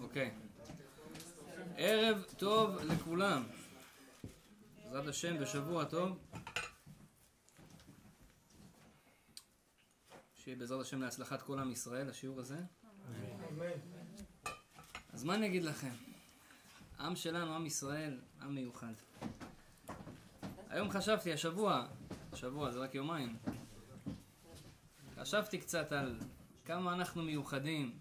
אוקיי. ערב טוב לכולם. בעזרת השם בשבוע טוב. שיהיה בעזרת השם להצלחת כל עם ישראל, השיעור הזה. אז מה אני אגיד לכם? עם שלנו, עם ישראל, עם מיוחד. היום חשבתי, השבוע זה רק יומיים, חשבתי קצת על כמה אנחנו מיוחדים,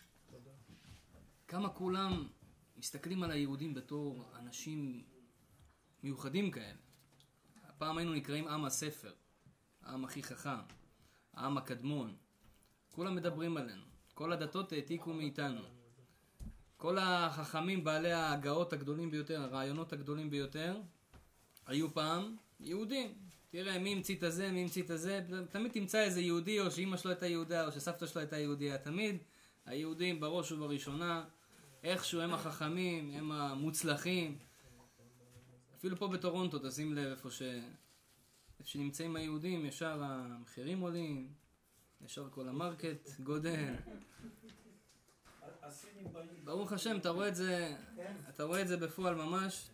כמה כולם מסתכלים על היהודים בתור אנשים מיוחדים כאלה. הפעם היינו נקראים עם הספר, העם הכי חכם, העם הקדמון. כולם מדברים עלינו, כל הדתות העתיקו מאיתנו. כל החכמים בעלי ההגאות הגדולים ביותר, הרעיונות הגדולים ביותר, היו פעם יהודים. תראה, מי המציא את הזה, מי המציא את הזה. תמיד תמצא איזה יהודי, או שאמא שלו הייתה יהודיה, או שסבתא שלו הייתה יהודיה. תמיד היהודים בראש ובראשונה, איכשהו הם החכמים, הם המוצלחים. אפילו פה בטורונטו, תשים לב איפה שנמצאים היהודים, ישר המחירים עולים, ישר כל המרקט גודל. ברוך השם, אתה רואה את זה בפועל ממש.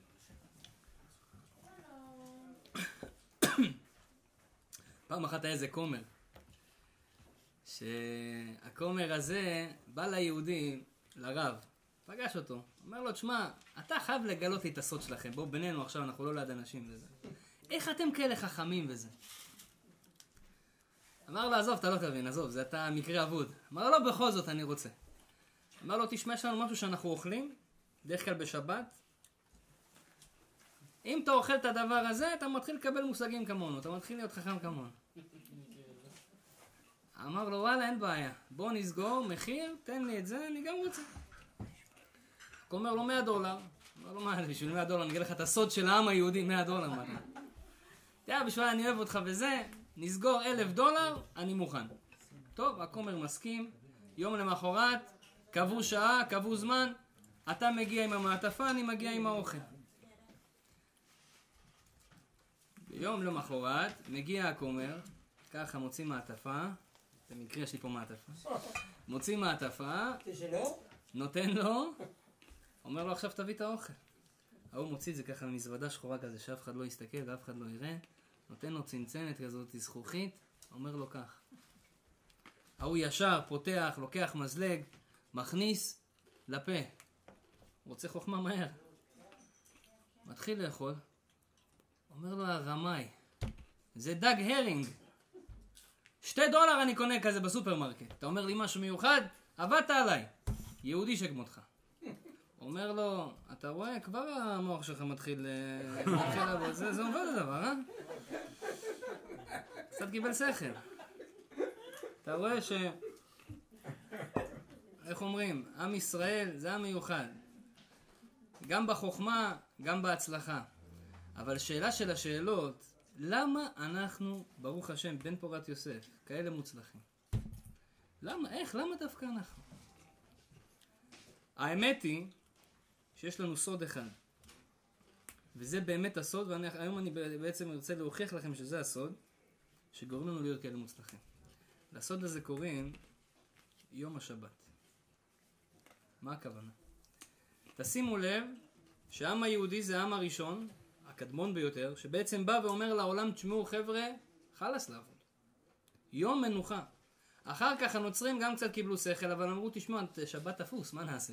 פעם אחת היה איזה כומר, שהכומר הזה בא ליהודי, לרב, פגש אותו, אומר לו, תשמע, אתה חייב לגלות לי את הסוד שלכם, בואו בינינו עכשיו, אנחנו לא ליד אנשים וזה. איך אתם כאלה חכמים וזה? אמר לו, עזוב, אתה לא תבין, עזוב, זה אתה מקרה אבוד. אמר לו, בכל זאת אני רוצה. אמר לו, תשמע, יש לנו משהו שאנחנו אוכלים, דרך כלל בשבת. אם אתה אוכל את הדבר הזה, אתה מתחיל לקבל מושגים כמונו, אתה מתחיל להיות חכם כמונו. אמר לו, וואלה, אין בעיה. בוא נסגור, מחיר, תן לי את זה, אני גם רוצה. הוא אומר לו, $100. אמר לו, מה, בשביל $100, אני אגיד לך את הסוד של העם היהודי, $100. אמר לו. תראה, בשביל אני אוהב אותך וזה, נסגור $1,000, אני מוכן. טוב, הכומר מסכים, יום למחרת, קבעו שעה, קבעו זמן, אתה מגיע עם המעטפה, אני מגיע עם האוכל. ביום למחרת, מגיע הכומר, ככה מוציא מעטפה, במקרה יש לי פה מעטפה, מוציא מעטפה, נותן לו, אומר לו עכשיו תביא את האוכל. ההוא מוציא את זה ככה מזוודה שחורה כזה, שאף אחד לא יסתכל ואף אחד לא יראה, נותן לו צנצנת כזאת זכוכית, אומר לו כך. ההוא ישר פותח, לוקח מזלג, מכניס לפה. הוא רוצה חוכמה מהר. מתחיל לאכול. אומר לו הרמאי, זה דג הרינג. $2 אני קונה כזה בסופרמרקט. אתה אומר לי משהו מיוחד? עבדת עליי. יהודי שכמותך. אומר לו, אתה רואה, כבר המוח שלך מתחיל לעבוד. זה עובד הדבר, אה? קצת קיבל שכל. אתה רואה איך אומרים? עם ישראל זה עם מיוחד. גם בחוכמה, גם בהצלחה. אבל שאלה של השאלות, למה אנחנו, ברוך השם, בן פורת יוסף, כאלה מוצלחים? למה? איך? למה דווקא אנחנו? האמת היא שיש לנו סוד אחד. וזה באמת הסוד, והיום אני בעצם רוצה להוכיח לכם שזה הסוד, שגורם לנו להיות כאלה מוצלחים. לסוד הזה קוראים יום השבת. מה הכוונה? תשימו לב שהעם היהודי זה העם הראשון, הקדמון ביותר, שבעצם בא ואומר לעולם, תשמעו חבר'ה, חלס לעבוד. יום מנוחה. אחר כך הנוצרים גם קצת קיבלו שכל, אבל אמרו, תשמעו, שבת תפוס, מה נעשה?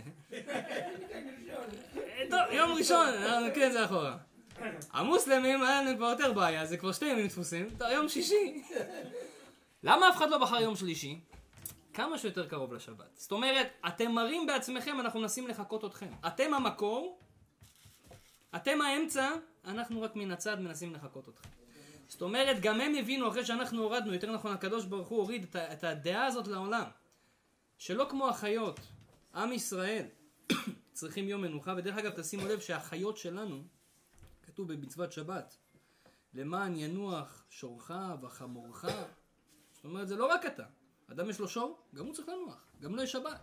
טוב, יום ראשון, כן, זה אחורה. המוסלמים, היה לנו כבר יותר בעיה, זה כבר 2 ימים תפוסים, טוב, יום שישי. למה אף אחד לא בחר יום שלישי? כמה שיותר קרוב לשבת. זאת אומרת, אתם מראים בעצמכם, אנחנו מנסים לחכות אתכם. אתם המקור, אתם האמצע, אנחנו רק מן הצד מנסים לחכות אתכם. זאת אומרת, גם הם הבינו אחרי שאנחנו הורדנו, יותר נכון, הקדוש ברוך הוא הוריד את הדעה הזאת לעולם. שלא כמו החיות, עם ישראל צריכים יום מנוחה, ודרך אגב תשימו לב שהחיות שלנו, כתוב במצוות שבת, למען ינוח שורך וחמורך. זאת אומרת, זה לא רק אתה. אדם יש לו שור, גם הוא צריך לנוח, גם לא יש שבת.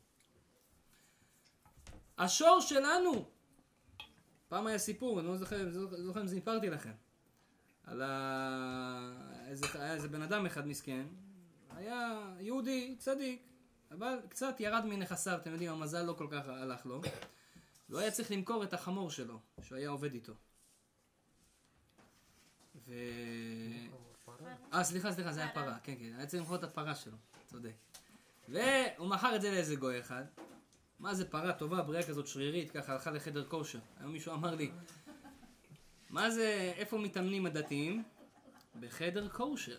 השור שלנו, פעם היה סיפור, אני לא זוכר אם זה סיפרתי לכם, על איזה בן אדם אחד מסכן, היה יהודי צדיק, אבל קצת ירד מנכסיו, אתם יודעים, המזל לא כל כך הלך לו. והוא היה צריך למכור את החמור שלו, שהוא היה עובד איתו. סליחה, זה היה פרה, כן, היה צריך למכור את הפרה שלו, צודק. והוא מכר את זה לאיזה גוי אחד. מה זה פרה טובה, בריאה כזאת שרירית, ככה הלכה לחדר כושר. היום מישהו אמר לי, מה זה, איפה מתאמנים הדתיים? בחדר כושר.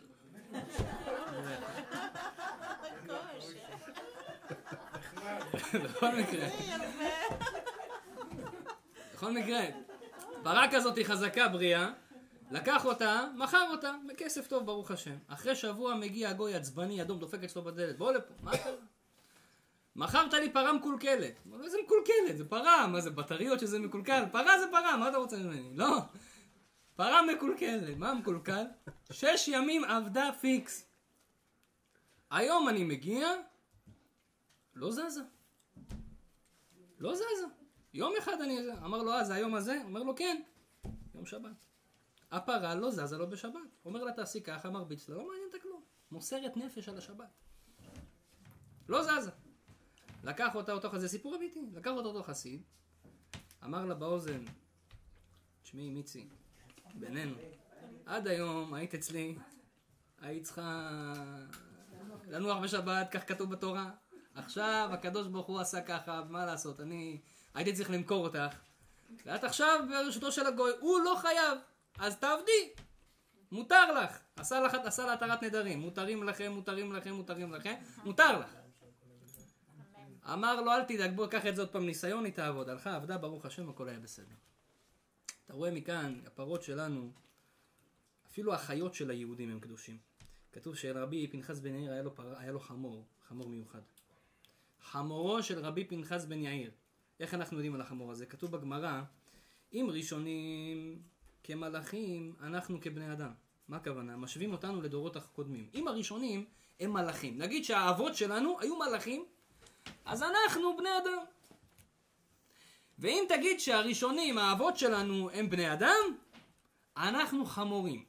בכל מקרה, פרה כזאת היא חזקה, בריאה, לקח אותה, מכר אותה, בכסף טוב, ברוך השם. אחרי שבוע מגיע הגוי עצבני, אדום, דופק אצלו בדלת, בוא לפה, מה קרה? מכרת לי פרה מקולקלת. איזה מקולקלת? זה פרה, מה זה, בטריות שזה מקולקל? פרה זה פרה, מה אתה רוצה ממני? לא, פרה מקולקלת. מה מקולקל? 6 ימים עבדה פיקס. היום אני מגיע, לא זזה. לא זזה. יום אחד אני זזה. אמר לו, זה היום הזה? אומר לו, כן. יום שבת. הפרה לא זזה לו בשבת. אומר לה, תעשי ככה, מרביץ לה, לא מעניין את כלום. מוסרת נפש על השבת. לא זזה. לקח אותה אותו חסיד, זה סיפור אמיתי, לקח אותו חסיד, אמר לה באוזן, תשמעי מיצי, בינינו, עד היום היית אצלי, היית צריכה לנוח בשבת, כך כתוב בתורה, עכשיו הקדוש ברוך הוא עשה ככה, מה לעשות, אני הייתי צריך למכור אותך, ואת עכשיו ברשותו של הגוי, הוא לא חייב, אז תעבדי, מותר לך, עשה לה התרת נדרים, מותרים לכם, מותר לך. אמר לו, אל תדאג, בוא, קח את זה עוד פעם ניסיון, היא תעבוד. הלכה, עבדה, ברוך השם, הכל היה בסדר. אתה רואה מכאן, הפרות שלנו, אפילו החיות של היהודים הם קדושים. כתוב שרבי פנחס בן יאיר היה לו חמור מיוחד. חמורו של רבי פנחס בן יאיר. איך אנחנו יודעים על החמור הזה? כתוב בגמרא, אם ראשונים כמלאכים, אנחנו כבני אדם. מה הכוונה? משווים אותנו לדורות הקודמים. אם הראשונים הם מלאכים. נגיד שהאבות שלנו היו מלאכים, אז אנחנו בני אדם. ואם תגיד שהראשונים, האבות שלנו, הם בני אדם, אנחנו חמורים.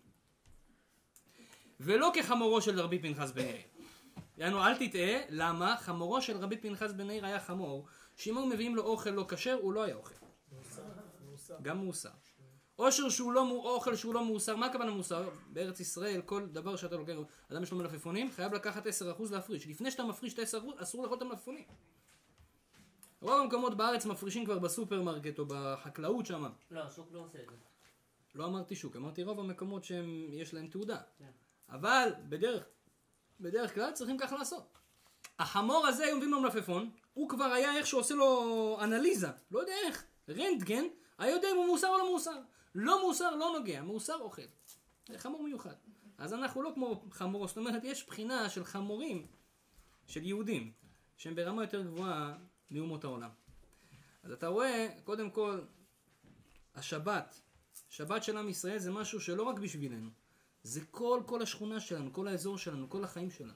ולא כחמורו של רבי פנחס בן יאיר. יענו, אל תטעה, למה? חמורו של רבי פנחס בן יאיר היה חמור, שאם היו מביאים לו אוכל לא כשר, הוא לא היה אוכל. גם מאוסר. אוכל שהוא לא מאוסר, מה הכוונה מאוסר? בארץ ישראל, כל דבר שאתה לוקח, אדם יש לו מלפפונים, חייב לקחת 10% להפריש. לפני שאתה מפריש את 10%, אסור לאכול את המלפפונים. רוב המקומות בארץ מפרישים כבר בסופרמרקט או בחקלאות שם. לא, השוק לא עושה את זה. לא אמרתי שוק, אמרתי רוב המקומות שיש להם תעודה. אבל בדרך כלל צריכים כך לעשות. החמור הזה, היום מביאים לו מלפפון, הוא כבר היה איך שעושה לו אנליזה, לא יודע איך, רנטגן, היה יודע אם הוא מאוסר או לא מאוסר. לא מאוסר, לא נוגע, מאוסר אוכל. זה חמור מיוחד. אז אנחנו לא כמו חמורות, זאת אומרת, יש בחינה של חמורים, של יהודים, שהם ברמה יותר גבוהה מאומות העולם. אז אתה רואה, קודם כל, השבת, שבת של עם ישראל זה משהו שלא רק בשבילנו, זה כל השכונה שלנו, כל האזור שלנו, כל החיים שלנו.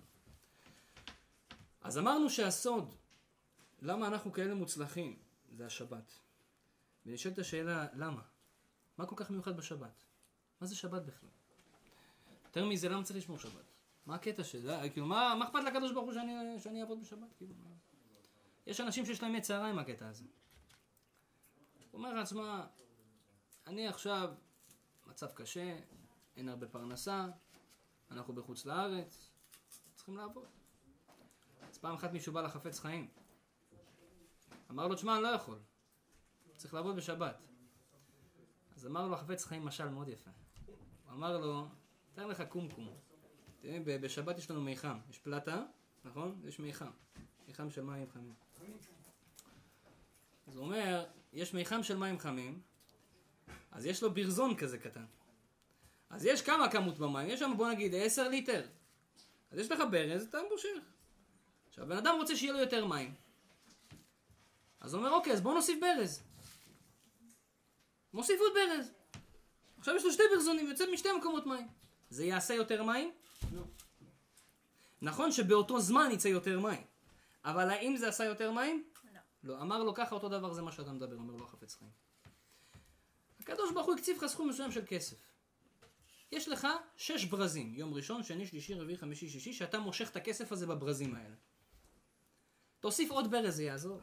אז אמרנו שהסוד, למה אנחנו כאלה מוצלחים, זה השבת. ונשאלת השאלה, למה? מה כל כך מיוחד בשבת? מה זה שבת בכלל? יותר מזה, למה צריך לשמור שבת? מה הקטע שזה? כאילו, מה אכפת לקדוש ברוך הוא שאני אעבוד בשבת? כאילו, יש אנשים שיש להם יצרה עם הקטע הזה. הוא אומר לעצמה, אני עכשיו, מצב קשה, אין הרבה פרנסה, אנחנו בחוץ לארץ, צריכים לעבוד. אז פעם אחת מישהו בא לחפץ חיים. אמר לו, תשמע, אני לא יכול. צריך לעבוד בשבת. אז אמר לו החפץ חיים משל מאוד יפה. הוא אמר לו, תאר לך קומקום. תראה, בשבת יש לנו מיחם. יש פלטה, נכון? יש מיחם. מיחם של מים חמים. אז הוא אומר, יש מיחם של מים חמים, אז יש לו ברזון כזה קטן. אז יש כמה כמות במים, יש שם בוא נגיד 10 ליטר. אז יש לך ברז, אתה מושך. עכשיו, בן אדם רוצה שיהיה לו יותר מים. אז הוא אומר, אוקיי, אז בוא נוסיף ברז. מוסיף עוד ברז. עכשיו יש לו 2 ברזונים, יוצא משתי מקומות מים. זה יעשה יותר מים? לא. נכון שבאותו זמן יצא יותר מים. אבל האם זה עשה יותר מים? לא. לא. אמר לו ככה, אותו דבר זה מה שאתה מדבר, אומר לו החפץ חיים. הקדוש ברוך הוא הקציב לך סכום מסוים של כסף. יש לך 6 ברזים, יום ראשון, שני, שלישי, רביעי, חמישי, שישי, שאתה מושך את הכסף הזה בברזים האלה. תוסיף עוד ברז, זה יעזור.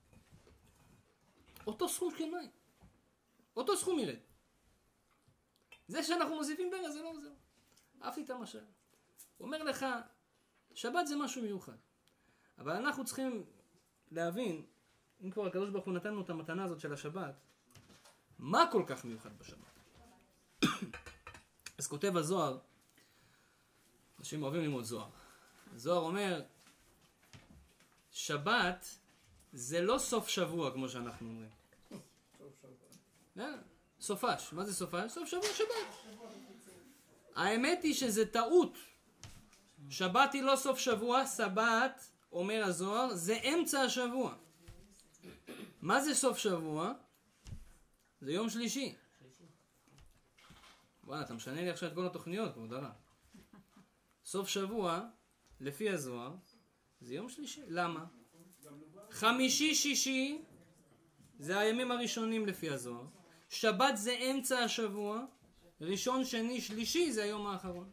אותו סכום של מים. אותו סכום ירד. זה שאנחנו מוסיפים ברז, זה לא עוזר. אהבתי את המשל. הוא אומר לך, שבת זה משהו מיוחד. אבל אנחנו צריכים להבין, אם כבר הקדוש ברוך הוא נתן לנו את המתנה הזאת של השבת, מה כל כך מיוחד בשבת? אז כותב הזוהר, אנשים אוהבים ללמוד זוהר. הזוהר אומר, שבת זה לא סוף שבוע כמו שאנחנו אומרים. סופש. מה זה סופש? סוף שבוע שבת. האמת היא שזה טעות. שבת היא לא סוף שבוע, שבת, אומר הזוהר, זה אמצע השבוע. מה זה סוף שבוע? זה יום שלישי. וואלה, אתה משנה לי עכשיו את כל התוכניות, כבוד הרב. סוף שבוע, לפי הזוהר, זה יום שלישי. למה? חמישי, שישי, זה הימים הראשונים לפי הזוהר. שבת זה אמצע השבוע, ראשון, שני, שלישי זה היום האחרון.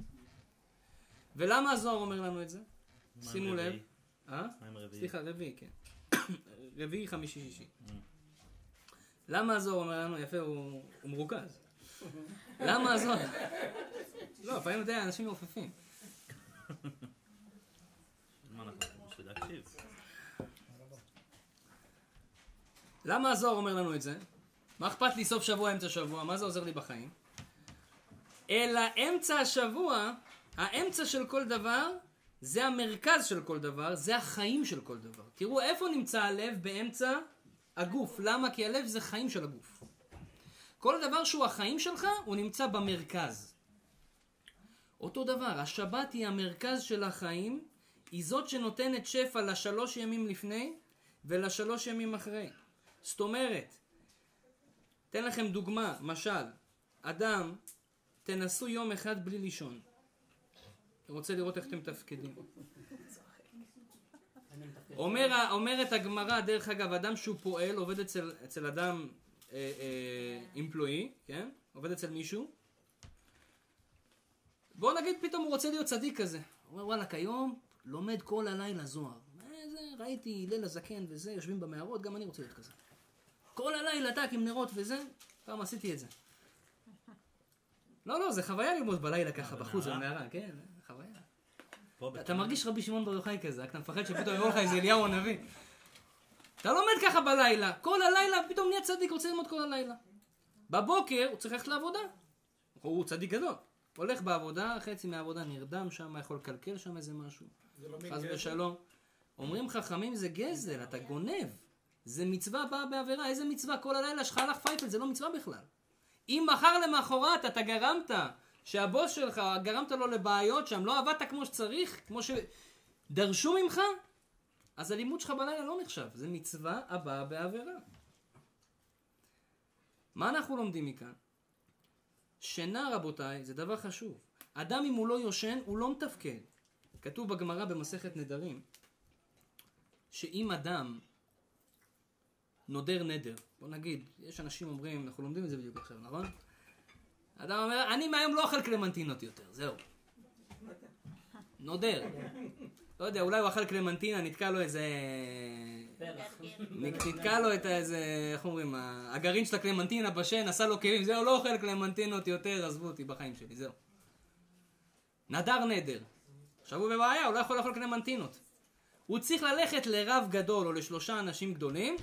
ולמה הזוהר אומר לנו את זה? שימו לב. סליחה, רביעי, כן. רביעי, חמישי, שישי. למה הזוהר אומר לנו? יפה, הוא מרוכז. למה הזוהר? לא, לפעמים יודע, אנשים מעופפים. מה אנחנו בשביל להקשיב? למה הזוהר אומר לנו את זה? מה אכפת לי סוף שבוע, אמצע שבוע? מה זה עוזר לי בחיים? אלא אמצע השבוע, האמצע של כל דבר, זה המרכז של כל דבר, זה החיים של כל דבר. תראו איפה נמצא הלב באמצע הגוף. למה? כי הלב זה חיים של הגוף. כל דבר שהוא החיים שלך, הוא נמצא במרכז. אותו דבר, השבת היא המרכז של החיים, היא זאת שנותנת שפע לשלוש ימים לפני ולשלוש ימים אחרי. זאת אומרת, תן לכם דוגמה, משל, אדם, תנסו יום אחד בלי לישון. אני רוצה לראות איך אתם תפקדים. אומרת הגמרא, דרך אגב, אדם שהוא פועל, עובד אצל אדם אמפלואי, כן? עובד אצל מישהו. בוא נגיד פתאום הוא רוצה להיות צדיק כזה. הוא אומר, וואלה, כיום לומד כל הלילה זוהר. ראיתי ליל הזקן וזה, יושבים במערות, גם אני רוצה להיות כזה. כל הלילה טק עם נרות וזה, פעם עשיתי את זה. לא, זה חוויה ללמוד בלילה ככה, בחוץ במערה, כן, חוויה. אתה מרגיש רבי שמעון בר יוחאי כזה, רק אתה מפחד שפתאום יבוא לך איזה אליהו הנביא. אתה לומד ככה בלילה, כל הלילה פתאום נהיה צדיק, רוצה ללמוד כל הלילה. בבוקר הוא צריך ללכת לעבודה. הוא צדיק גדול. הולך בעבודה, חצי מהעבודה נרדם שם, יכול לקלקל שם איזה משהו. חס ושלום. אומרים חכמים זה גזל, אתה גונב. זה מצווה באה בעבירה, איזה מצווה? כל הלילה שלך הלך פייפל, זה לא מצווה בכלל. אם מחר למחרת אתה גרמת, שהבוס שלך גרמת לו לבעיות שם, לא עבדת כמו שצריך, כמו שדרשו ממך, אז הלימוד שלך בלילה לא נחשב. זה מצווה הבאה בעבירה. מה אנחנו לומדים מכאן? שינה, רבותיי, זה דבר חשוב. אדם אם הוא לא יושן, הוא לא מתפקד. כתוב בגמרא במסכת נדרים, שאם אדם נודר נדר, בוא נגיד, יש אנשים אומרים, אנחנו לומדים את זה בדיוק עכשיו, נכון? אדם אומר, אני מהיום לא אוכל קלמנטינות יותר, זהו. נודר. לא יודע, אולי הוא אכל קלמנטינה, נתקע לו איזה... נתקע לו את איזה, איך אומרים, הגרעין של הקלמנטינה בשן, עשה לו כאבים, זהו, לא אוכל קלמנטינות יותר, עזבו אותי בחיים שלי, זהו. נדר נדר. עכשיו הוא בבעיה, הוא לא יכול לאכול קלמנטינות. הוא צריך ללכת לרב גדול או לשלושה אנשים גדולים,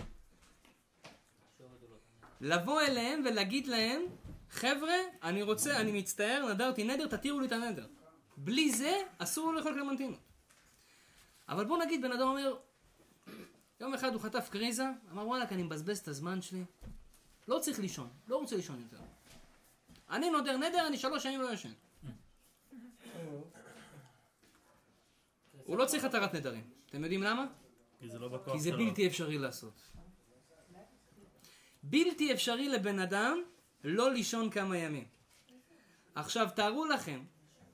לבוא אליהם ולהגיד להם, חבר'ה, אני מצטער, נדרתי נדר, תתירו לי את הנדר. בלי זה, אסור לו לאכול קלמנטינות. אבל בוא נגיד, בן אדם אומר, יום אחד הוא חטף קריזה, אמר, וואלק, אני מבזבז את הזמן שלי. לא צריך לישון, לא רוצה לישון יותר. אני נודר נדר, אני 3 ימים לא ישן. הוא לא צריך התרת נדרים. אתם יודעים למה? כי זה בלתי אפשרי לעשות. בלתי אפשרי לבן אדם לא לישון כמה ימים. עכשיו תארו לכם,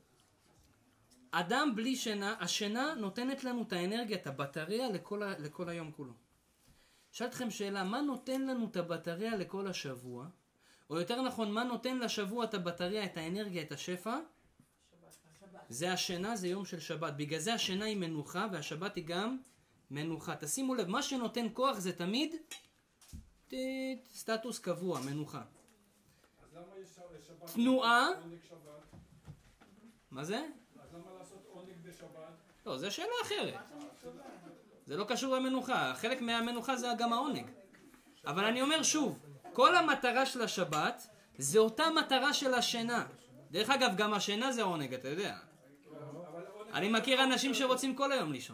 אדם בלי שינה, השינה נותנת לנו את האנרגיה, את הבטריה לכל היום כולו. שאלת לכם שאלה, מה נותן לנו את הבטריה לכל השבוע? או יותר נכון, מה נותן לשבוע את הבטריה, את האנרגיה, את השפע? זה השינה, זה יום של שבת. בגלל זה השינה היא מנוחה, והשבת היא גם מנוחה. תשימו לב, מה שנותן כוח זה תמיד סטטוס קבוע, מנוחה. אז למה יש שבת? תנועה. עונג שבת? מה זה? אז למה לעשות עונג בשבת? לא, זה שאלה אחרת. זה לא קשור למנוחה. חלק מהמנוחה זה גם העונג. אבל אני אומר שוב, כל המטרה של השבת זה אותה מטרה של השינה. דרך אגב, גם השינה זה עונג, אתה יודע. אני מכיר אנשים שרוצים כל היום לישון.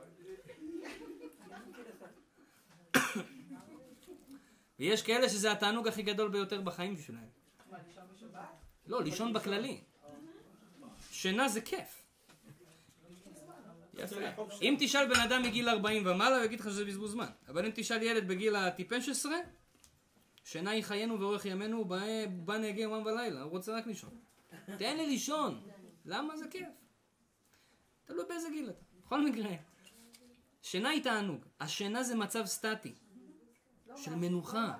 ויש כאלה שזה התענוג הכי גדול ביותר בחיים שלהם. מה, לישון בשבת? לא, לישון בכללי. שינה זה כיף. יפה. אם תשאל בן אדם מגיל 40 ומעלה, הוא יגיד לך שזה בזבוז זמן. אבל אם תשאל ילד בגיל הטיפש 16, שינה היא חיינו ואורך ימינו, הוא בא נהגה יומם ולילה, הוא רוצה רק לישון. תן לי לישון. למה זה כיף? תלוי באיזה גיל אתה. בכל מקרה. שינה היא תענוג. השינה זה מצב סטטי. של מנוחה.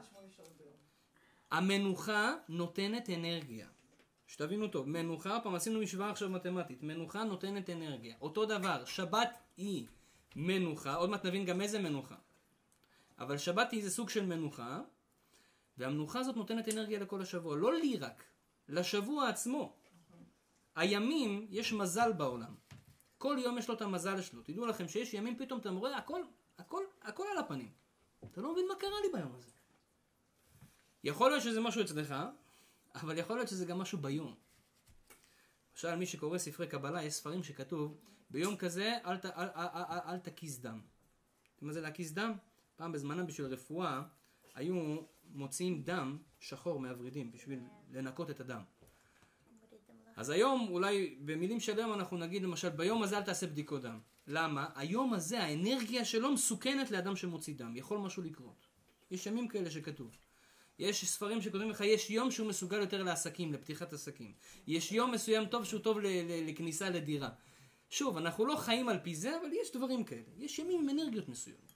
המנוחה נותנת אנרגיה. שתבינו טוב, מנוחה, פעם עשינו משוואה עכשיו מתמטית, מנוחה נותנת אנרגיה. אותו דבר, שבת היא מנוחה, עוד מעט נבין גם איזה מנוחה. אבל שבת היא זה סוג של מנוחה, והמנוחה הזאת נותנת אנרגיה לכל השבוע. לא לי רק, לשבוע עצמו. הימים, יש מזל בעולם. כל יום יש לו את המזל שלו. תדעו לכם שיש ימים פתאום אתה רואה הכל על הפנים. אתה לא מבין מה קרה לי ביום הזה. יכול להיות שזה משהו אצלך, אבל יכול להיות שזה גם משהו ביום. למשל, מי שקורא ספרי קבלה, יש ספרים שכתוב, ביום כזה אל תקיס דם. מה זה להקיס דם? פעם בזמנם בשביל רפואה, היו מוציאים דם שחור מהוורידים, בשביל לנקות את הדם. אז היום, אולי במילים של היום אנחנו נגיד, למשל, ביום הזה אל תעשה בדיקות דם. למה? היום הזה, האנרגיה שלו מסוכנת לאדם שמוציא דם. יכול משהו לקרות. יש ימים כאלה שכתוב. יש ספרים שכותבים לך, יש יום שהוא מסוגל יותר לעסקים, לפתיחת עסקים. יש יום מסוים טוב שהוא טוב לכניסה לדירה. שוב, אנחנו לא חיים על פי זה, אבל יש דברים כאלה. יש ימים עם אנרגיות מסוימות.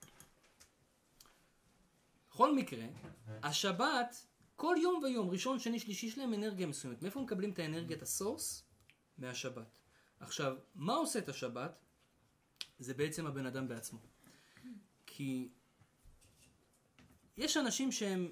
בכל מקרה, השבת, כל יום ויום, ראשון, שני, שלישי, יש להם אנרגיה מסוימת. מאיפה מקבלים את האנרגיית הסורס? מהשבת. עכשיו, מה עושה את השבת? זה בעצם הבן אדם בעצמו. כי יש אנשים שהם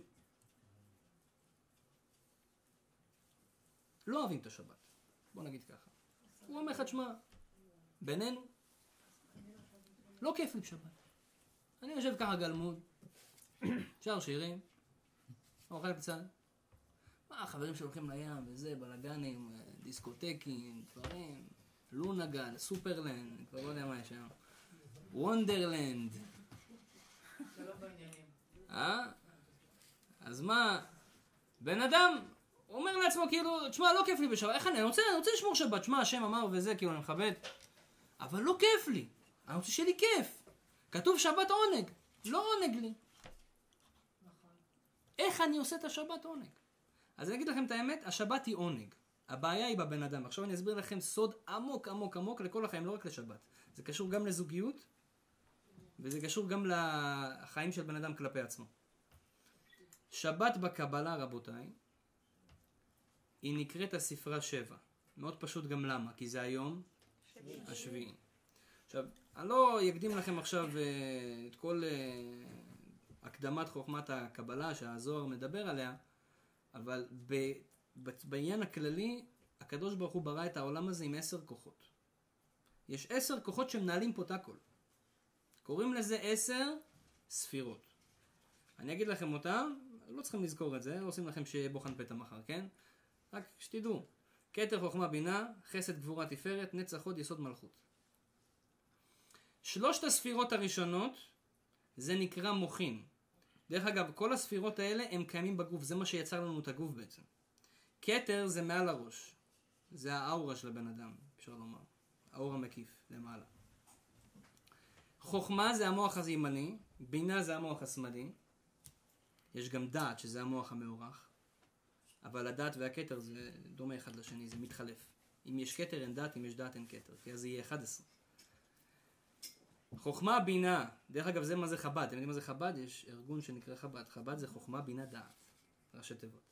לא אוהבים את השבת. בוא נגיד ככה. הוא אומר לך, תשמע, בינינו, לא כיף לי בשבת. אני יושב ככה גלמוד, שר שירים, אוכל קצת. מה, החברים שהולכים לים וזה, בלגנים, דיסקוטקים, דברים, לונגל, סופרלנד, כבר לא יודע מה יש שם. וונדרלנד. זה לא בעניינים. אז מה, בן אדם אומר לעצמו כאילו, תשמע, לא כיף לי בשבת, איך אני רוצה לשמור שבת, תשמע, השם אמר וזה, כאילו אני מכבד, אבל לא כיף לי, אני רוצה שיהיה לי כיף. כתוב שבת עונג, לא עונג לי. איך אני עושה את השבת עונג? אז אני אגיד לכם את האמת, השבת היא עונג. הבעיה היא בבן אדם. עכשיו אני אסביר לכם סוד עמוק עמוק עמוק לכל החיים, לא רק לשבת. זה קשור גם לזוגיות, וזה קשור גם לחיים של בן אדם כלפי עצמו. שבת בקבלה, רבותיי, היא נקראת הספרה 7. מאוד פשוט גם למה, כי זה היום השביעי. עכשיו, אני לא אקדים לכם עכשיו את כל הקדמת חוכמת הקבלה שהזוהר מדבר עליה, אבל בעניין הכללי, הקדוש ברוך הוא ברא את העולם הזה עם 10 כוחות. יש 10 כוחות שמנהלים פה את הכל. קוראים לזה 10 ספירות. אני אגיד לכם אותם, לא צריכים לזכור את זה, לא עושים לכם שיהיה בוחן פתע מחר, כן? רק שתדעו. כתר חוכמה בינה, חסד גבורה תפארת, נצח הוד יסוד מלכות. 3 הספירות הראשונות, זה נקרא מוחין. דרך אגב, כל הספירות האלה הם קיימים בגוף, זה מה שיצר לנו את הגוף בעצם. כתר זה מעל הראש. זה האורה של הבן אדם, אפשר לומר. האור המקיף, למעלה. חוכמה זה המוח הימני, בינה זה המוח השמאלי. יש גם דעת שזה המוח המאורך. אבל הדעת והכתר זה דומה אחד לשני, זה מתחלף. אם יש כתר אין דעת, אם יש דעת אין כתר, כי אז זה יהיה 11. חוכמה, בינה, דרך אגב זה מה זה חב"ד, אתם יודעים מה זה חב"ד? יש ארגון שנקרא חב"ד, חב"ד זה חוכמה, בינה, דעת, ראשי תיבות.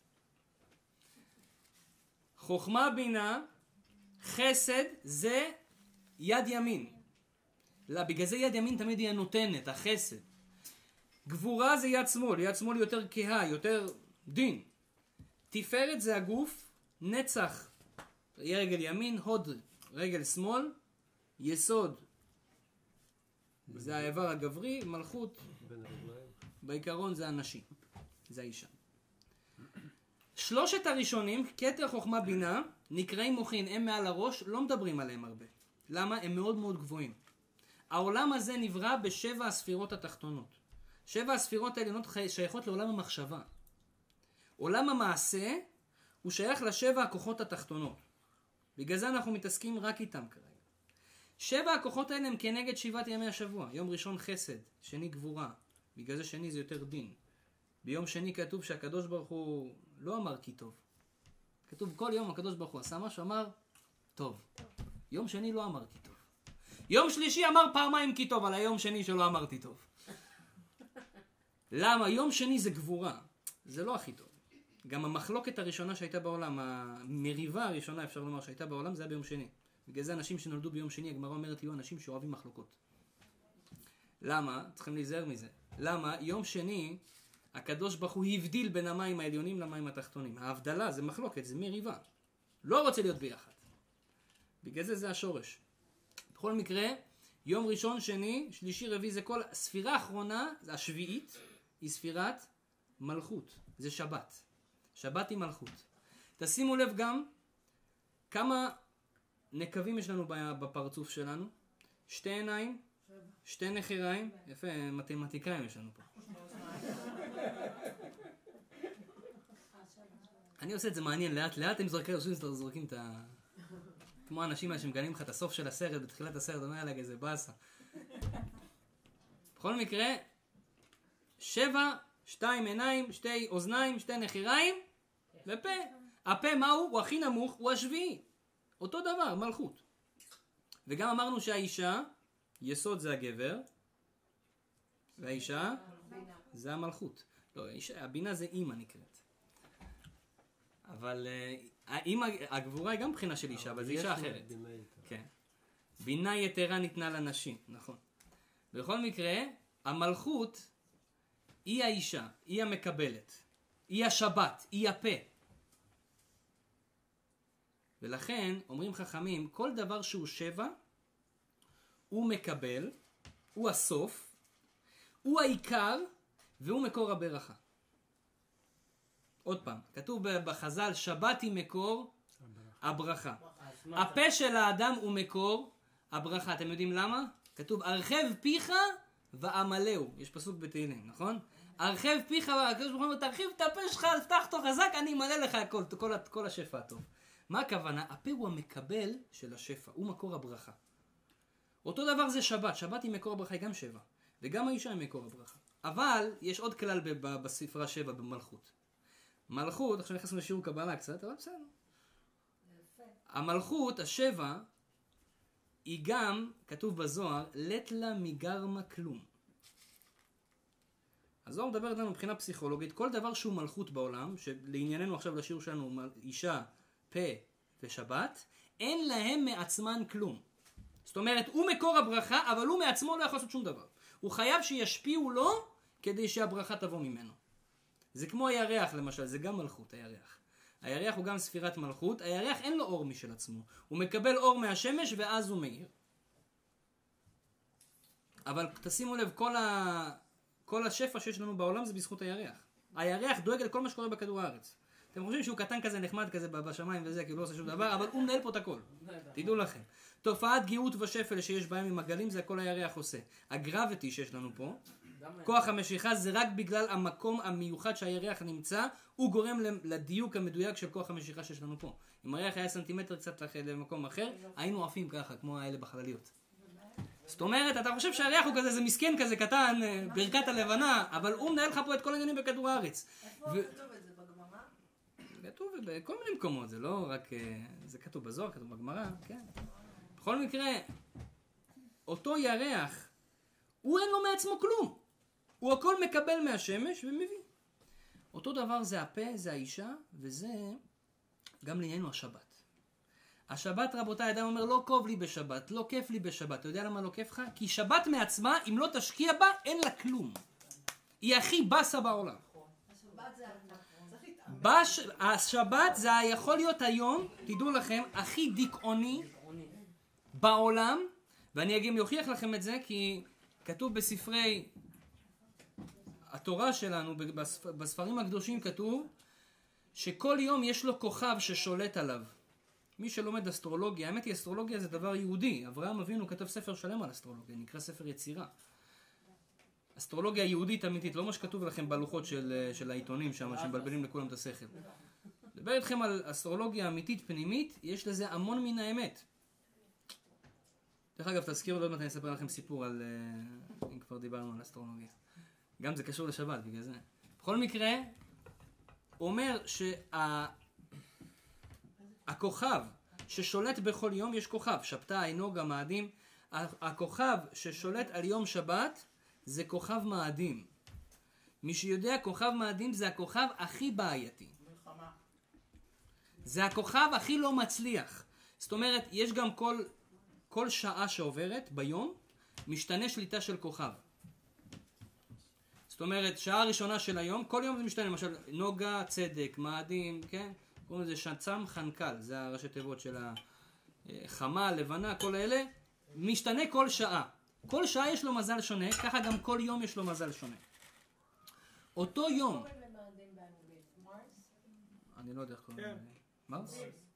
חוכמה, בינה, חסד זה יד ימין. לא, בגלל זה יד ימין תמיד היא הנותנת, החסד. גבורה זה יד שמאל, יד שמאל יותר כהה, יותר דין. תפארת זה הגוף, נצח, רגל ימין, הוד, רגל שמאל, יסוד. זה האיבר הגברי, מלכות, בעיקרון זה הנשים, זה האישה. שלושת הראשונים, כתר חוכמה בינה, נקראים מוחין, הם מעל הראש, לא מדברים עליהם הרבה. למה? הם מאוד מאוד גבוהים. העולם הזה נברא בשבע הספירות התחתונות. שבע הספירות העליונות שייכות לעולם המחשבה. עולם המעשה הוא שייך לשבע הכוחות התחתונות. בגלל זה אנחנו מתעסקים רק איתם כרגע. שבע הכוחות האלה הם כנגד 7 ימי השבוע. יום ראשון חסד, שני גבורה. בגלל זה שני זה יותר דין. ביום שני כתוב שהקדוש ברוך הוא לא אמר כי טוב. כתוב כל יום הקדוש ברוך הוא עשה משהו, אמר טוב. יום שני לא אמר כי טוב. יום שלישי אמר פעמיים כי טוב, על היום שני שלא אמרתי טוב. למה? יום שני זה גבורה. זה לא הכי טוב. גם המחלוקת הראשונה שהייתה בעולם, המריבה הראשונה אפשר לומר שהייתה בעולם, זה היה ביום שני. בגלל זה אנשים שנולדו ביום שני, הגמרא אומרת, יהיו אנשים שאוהבים מחלוקות. למה? צריכים להיזהר מזה. למה? יום שני, הקדוש ברוך הוא הבדיל בין המים העליונים למים התחתונים. ההבדלה זה מחלוקת, זה מריבה. לא רוצה להיות ביחד. בגלל זה זה השורש. בכל מקרה, יום ראשון, שני, שלישי, רביעי, זה כל ספירה האחרונה, זה השביעית, היא ספירת מלכות. זה שבת. שבת היא מלכות. תשימו לב גם כמה נקבים יש לנו בפרצוף שלנו. 2 עיניים, 2 נחיריים. יפה, מתמטיקאים יש לנו פה. אני עושה את זה מעניין, לאט לאט הם זורקים את ה... כמו האנשים האלה שמגלים לך את הסוף של הסרט, בתחילת הסרט, אומר עליו איזה באסה. בכל מקרה, 7, 2 עיניים, 2 אוזניים, 2 נחיריים, ופה. הפה מהו? הוא הכי נמוך, הוא השביעי. אותו דבר, מלכות. וגם אמרנו שהאישה, יסוד זה הגבר, והאישה זה המלכות. לא, הבינה זה אימא נקראת. אבל האמא, הגבורה היא גם בחינה של אישה, אבל זו אישה אחרת. כן. בינה יתרה ניתנה לנשים, נכון. בכל מקרה, המלכות היא האישה, היא המקבלת, היא השבת, היא הפה. ולכן, אומרים חכמים, כל דבר שהוא 7, הוא מקבל, הוא הסוף, הוא העיקר, והוא מקור הברכה. עוד פעם, כתוב בחז"ל, שבת היא מקור הברכה. הפה של האדם הוא מקור הברכה. אתם יודעים למה? כתוב, הרחב פיך ועמלהו. יש פסוק בתהילים, נכון? הרחב פיך, הקדוש ברוך הוא אומר, תרחיב את הפה שלך, תפתח אותו חזק, אני אמלא לך כל השפע הטוב. מה הכוונה? הפה הוא המקבל של השפע, הוא מקור הברכה. אותו דבר זה שבת. שבת היא מקור הברכה, היא גם 7. וגם האישה היא מקור הברכה. אבל יש עוד כלל בספרה 7 במלכות. מלכות, עכשיו נכנסנו לשיעור קבלה קצת, אבל בסדר. המלכות, 7, היא גם, כתוב בזוהר, לט לה מגרמה כלום. הזוהר מדבר לנו מבחינה פסיכולוגית, כל דבר שהוא מלכות בעולם, שלענייננו עכשיו לשיעור שלנו, אישה, פה ושבת, אין להם מעצמן כלום. זאת אומרת, הוא מקור הברכה, אבל הוא מעצמו לא יכול לעשות שום דבר. הוא חייב שישפיעו לו, כדי שהברכה תבוא ממנו. זה כמו הירח למשל, זה גם מלכות, הירח. הירח הוא גם ספירת מלכות, הירח אין לו אור משל עצמו. הוא מקבל אור מהשמש ואז הוא מאיר. אבל תשימו לב, כל השפע שיש לנו בעולם זה בזכות הירח. הירח דואג לכל מה שקורה בכדור הארץ. אתם חושבים שהוא קטן כזה, נחמד כזה בשמיים וזה, כי הוא לא עושה שום דבר, אבל הוא מנהל פה את הכל. תדעו לכם. תופעת גאות ושפל שיש בהם עם הגלים, זה הכל הירח עושה. הגרביטי שיש לנו פה, כוח המשיכה זה רק בגלל המקום המיוחד שהירח נמצא, הוא גורם לדיוק המדויק של כוח המשיכה שיש לנו פה. אם הירח היה סנטימטר קצת למקום אחר, היינו עפים ככה, כמו האלה בחלליות. זאת אומרת, אתה חושב שהירח הוא כזה, זה מסכן כזה קטן, ברכת הלבנה, אבל הוא מנהל לך פה את כל העניינים בכדור הארץ. איפה כתוב את זה בגמרא? כתוב בכל מיני מקומות, זה לא רק, זה כתוב בזוהר, כתוב בגמרא, כן. בכל מקרה, אותו ירח, הוא אין לו מעצמו כלום. הוא הכל מקבל מהשמש ומביא. אותו דבר זה הפה, זה האישה, וזה גם לענייננו השבת. השבת, רבותיי, אדם אומר, לא כואב לי בשבת, לא כיף לי בשבת. אתה יודע למה לא כיף לך? כי שבת מעצמה, אם לא תשקיע בה, אין לה כלום. היא הכי בסה בעולם. השבת זה צריך להתאמן. השבת זה יכול להיות היום, תדעו לכם, הכי דיכאוני בעולם, ואני גם אוכיח לכם את זה, כי כתוב בספרי התורה שלנו, בספרים הקדושים כתוב, שכל יום יש לו כוכב ששולט עליו. מי שלומד אסטרולוגיה, האמת היא אסטרולוגיה זה דבר יהודי. אברהם אבינו כתב ספר שלם על אסטרולוגיה, נקרא ספר יצירה. אסטרולוגיה יהודית אמיתית, לא מה שכתוב לכם בלוחות של העיתונים שם, שמבלבלים לכולם את השכל. לדבר איתכם על אסטרולוגיה אמיתית פנימית, יש לזה המון מן האמת. דרך אגב, תזכירו עוד מעט אני אספר לכם סיפור על, אם כבר דיברנו על אסטרולוגיה. גם זה קשור לשבת, בגלל זה. בכל מקרה, הוא אומר הכוכב ששולט בכל יום, יש כוכב, שבתאי, נוגה, מאדים. הכוכב ששולט על יום שבת זה כוכב מאדים. מי שיודע, כוכב מאדים זה הכוכב הכי בעייתי. זה הכוכב הכי לא מצליח. זאת אומרת, יש גם כל שעה שעוברת ביום, משתנה שליטה של כוכב. זאת אומרת, שעה ראשונה של היום, כל יום זה משתנה. למשל, נוגה, צדק, מאדים, כן? קוראים לזה שצם חנקל, זה הראשי תיבות של החמה, לבנה, כל אלה. משתנה כל שעה. כל שעה יש לו מזל שונה, ככה גם כל יום יש לו מזל שונה. אותו יום... אני לא יודע איך קוראים לזה. מרס?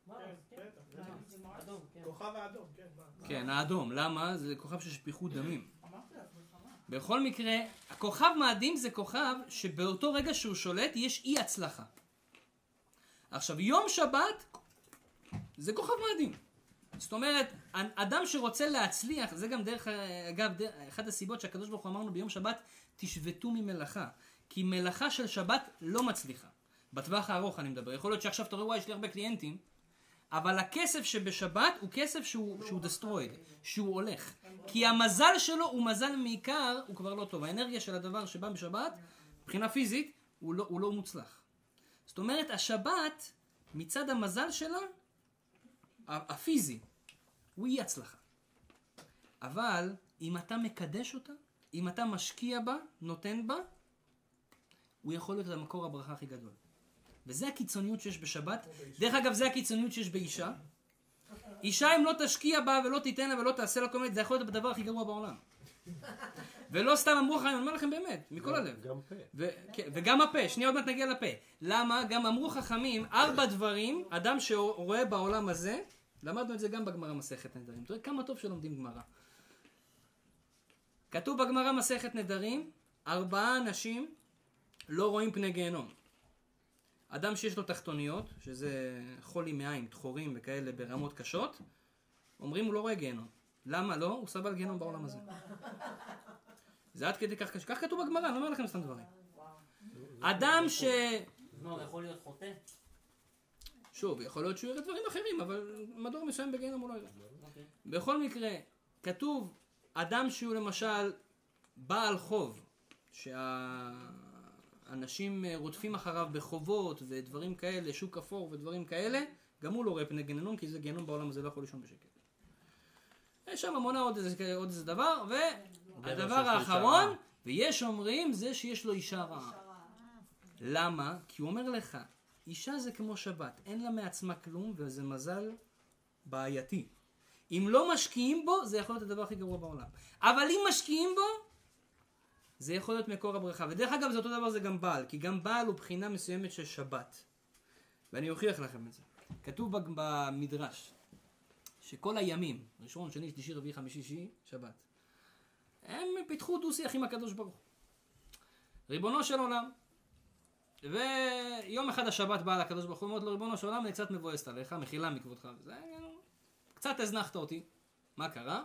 כוכב האדום, כן. כן, האדום. למה? זה כוכב של שפיכות דמים. בכל מקרה, הכוכב מאדים זה כוכב שבאותו רגע שהוא שולט יש אי הצלחה. עכשיו, יום שבת זה כוכב מאדים. זאת אומרת, אדם שרוצה להצליח, זה גם דרך, אגב, אחת הסיבות שהקדוש ברוך הוא אמרנו ביום שבת, תשבתו ממלאכה. כי מלאכה של שבת לא מצליחה. בטווח הארוך אני מדבר. יכול להיות שעכשיו אתה רואה, וואי, יש לי הרבה קליינטים, אבל הכסף שבשבת הוא כסף שהוא destroyed, שהוא הולך. כי המזל שלו הוא מזל מעיקר, הוא כבר לא טוב. האנרגיה של הדבר שבא בשבת, מבחינה פיזית, הוא לא מוצלח. זאת אומרת, השבת, מצד המזל שלה, הפיזי, הוא יהיה הצלחה. אבל אם אתה מקדש אותה, אם אתה משקיע בה, נותן בה, הוא יכול להיות המקור הברכה הכי גדול. וזה הקיצוניות שיש בשבת. דרך אגב, זה הקיצוניות שיש באישה. אישה אם לא תשקיע בה ולא תיתן לה ולא תעשה לה כל מיני, זה יכול להיות הדבר הכי גרוע בעולם. ולא סתם אמרו חכמים, אני אומר לכם באמת, מכל הלב. גם פה. וגם הפה, שנייה עוד מעט נגיע לפה. למה? גם אמרו חכמים, 4 דברים, אדם שרואה בעולם הזה, למדנו את זה גם בגמרא מסכת נדרים. תראה כמה טוב שלומדים גמרא. כתוב בגמרא מסכת נדרים, 4 אנשים לא רואים פני גיהנום. אדם שיש לו תחתוניות, שזה חולי מעיים, תחורים וכאלה ברמות קשות, אומרים הוא לא רואה גיהנום. למה לא? הוא סבל גיהנום בעולם הזה. זה עד כדי כך קשה. כך כתוב בגמרא, אני אומר לכם סתם דברים. אדם ש... לא, יכול להיות חוטא. שוב, יכול להיות שהוא יראה דברים אחרים, אבל מדור מסוים בגיהנום הוא לא יראה. בכל מקרה, כתוב אדם שהוא למשל בעל חוב, שהאנשים רודפים אחריו בחובות ודברים כאלה, שוק אפור ודברים כאלה, גם הוא לא רואה פני גיהנום, כי זה גיהנום בעולם הזה לא יכול לישון בשקט. יש שם מונה עוד איזה דבר, והדבר האחרון, ויש אומרים, זה שיש לו אישה רעה. למה? כי הוא אומר לך, אישה זה כמו שבת, אין לה מעצמה כלום, וזה מזל בעייתי. אם לא משקיעים בו, זה יכול להיות הדבר הכי גרוע בעולם. אבל אם משקיעים בו, זה יכול להיות מקור הברכה. ודרך אגב, זה אותו דבר, זה גם בעל, כי גם בעל הוא בחינה מסוימת של שבת. ואני אוכיח לכם את זה. כתוב במדרש, שכל הימים, ראשון, שני, שלישי, רביעי, חמישי, שישי, שבת, הם פיתחו דו-שיח עם הקדוש ברוך הוא. ריבונו של עולם. ויום אחד השבת באה לקדוש ברוך הוא, אומר לו, ריבונו של עולם, אני קצת מבואסת עליך, מחילה מכבודך. זה, קצת הזנחת אותי. מה קרה?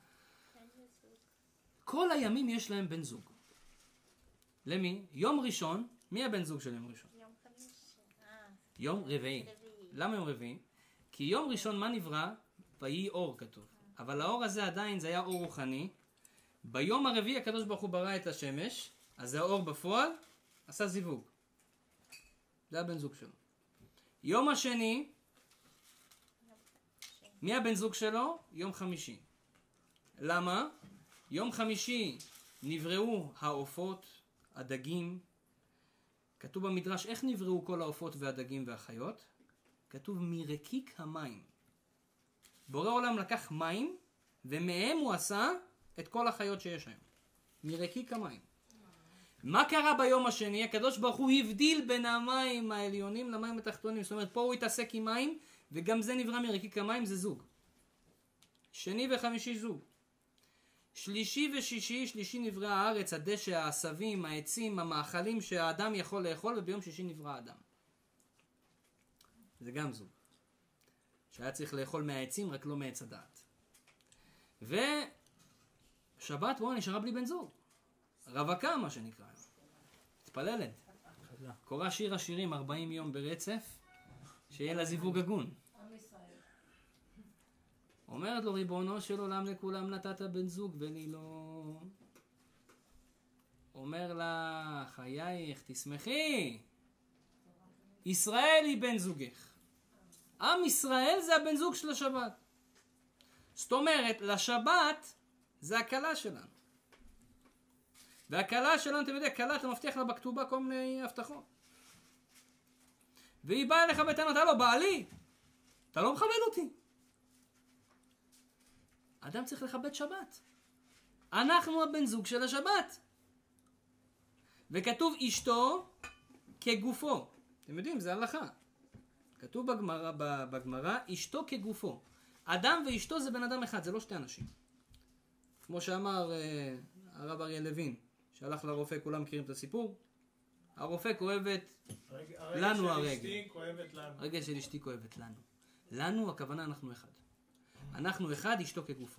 כל הימים יש להם בן זוג. למי? יום ראשון, מי הבן זוג של יום ראשון? יום חמישי. יום רביעי. למה יום רביעי? כי יום ראשון מה נברא? ויהי אור כתוב. אבל האור הזה עדיין זה היה אור רוחני. ביום הרביעי הקדוש ברוך הוא ברא את השמש, אז האור בפועל עשה זיווג. זה הבן זוג שלו. יום השני, מי הבן זוג שלו? יום חמישי. למה? יום חמישי נבראו העופות, הדגים. כתוב במדרש איך נבראו כל העופות והדגים והחיות? כתוב מרקיק המים. בורא עולם לקח מים ומהם הוא עשה את כל החיות שיש היום. מרקיק המים. מה קרה ביום השני? הקדוש ברוך הוא הבדיל בין המים העליונים למים התחתונים. זאת אומרת, פה הוא התעסק עם מים, וגם זה נברא מרקיק המים, זה זוג. שני וחמישי זוג. שלישי ושישי, שלישי נברא הארץ, הדשא, העשבים, העצים, המאכלים שהאדם יכול לאכול, וביום שישי נברא האדם. זה גם זוג. שהיה צריך לאכול מהעצים, רק לא מעץ הדעת. ושבת, בואו, נשארה בלי בן זוג. רווקה, מה שנקרא. מתפללת. קורא שיר השירים 40 יום ברצף, שיהיה לה זיווג הגון. אומרת לו, ריבונו של עולם, לכולם נתת בן זוג ולי לא. אומר לה, חייך, תשמחי. ישראל היא בן זוגך. עם ישראל זה הבן זוג של השבת. זאת אומרת, לשבת זה הקלה שלנו. והקלה שלנו, אתם יודעים, קלה אתה מבטיח לה בכתובה כל מיני הבטחות. והיא באה אליך בטענות, הלו, בעלי, אתה לא מכבד אותי. אדם צריך לכבד שבת. אנחנו הבן זוג של השבת. וכתוב אשתו כגופו. אתם יודעים, זה הלכה. כתוב בגמרא, אשתו כגופו. אדם ואשתו זה בן אדם אחד, זה לא שתי אנשים. כמו שאמר הרב אריה לוין, שהלך לרופא, כולם מכירים את הסיפור. הרופא כואבת לנו הרגל. הרגל של אשתי כואבת לנו. לנו, הכוונה אנחנו אחד. אנחנו אחד, אשתו כגופו.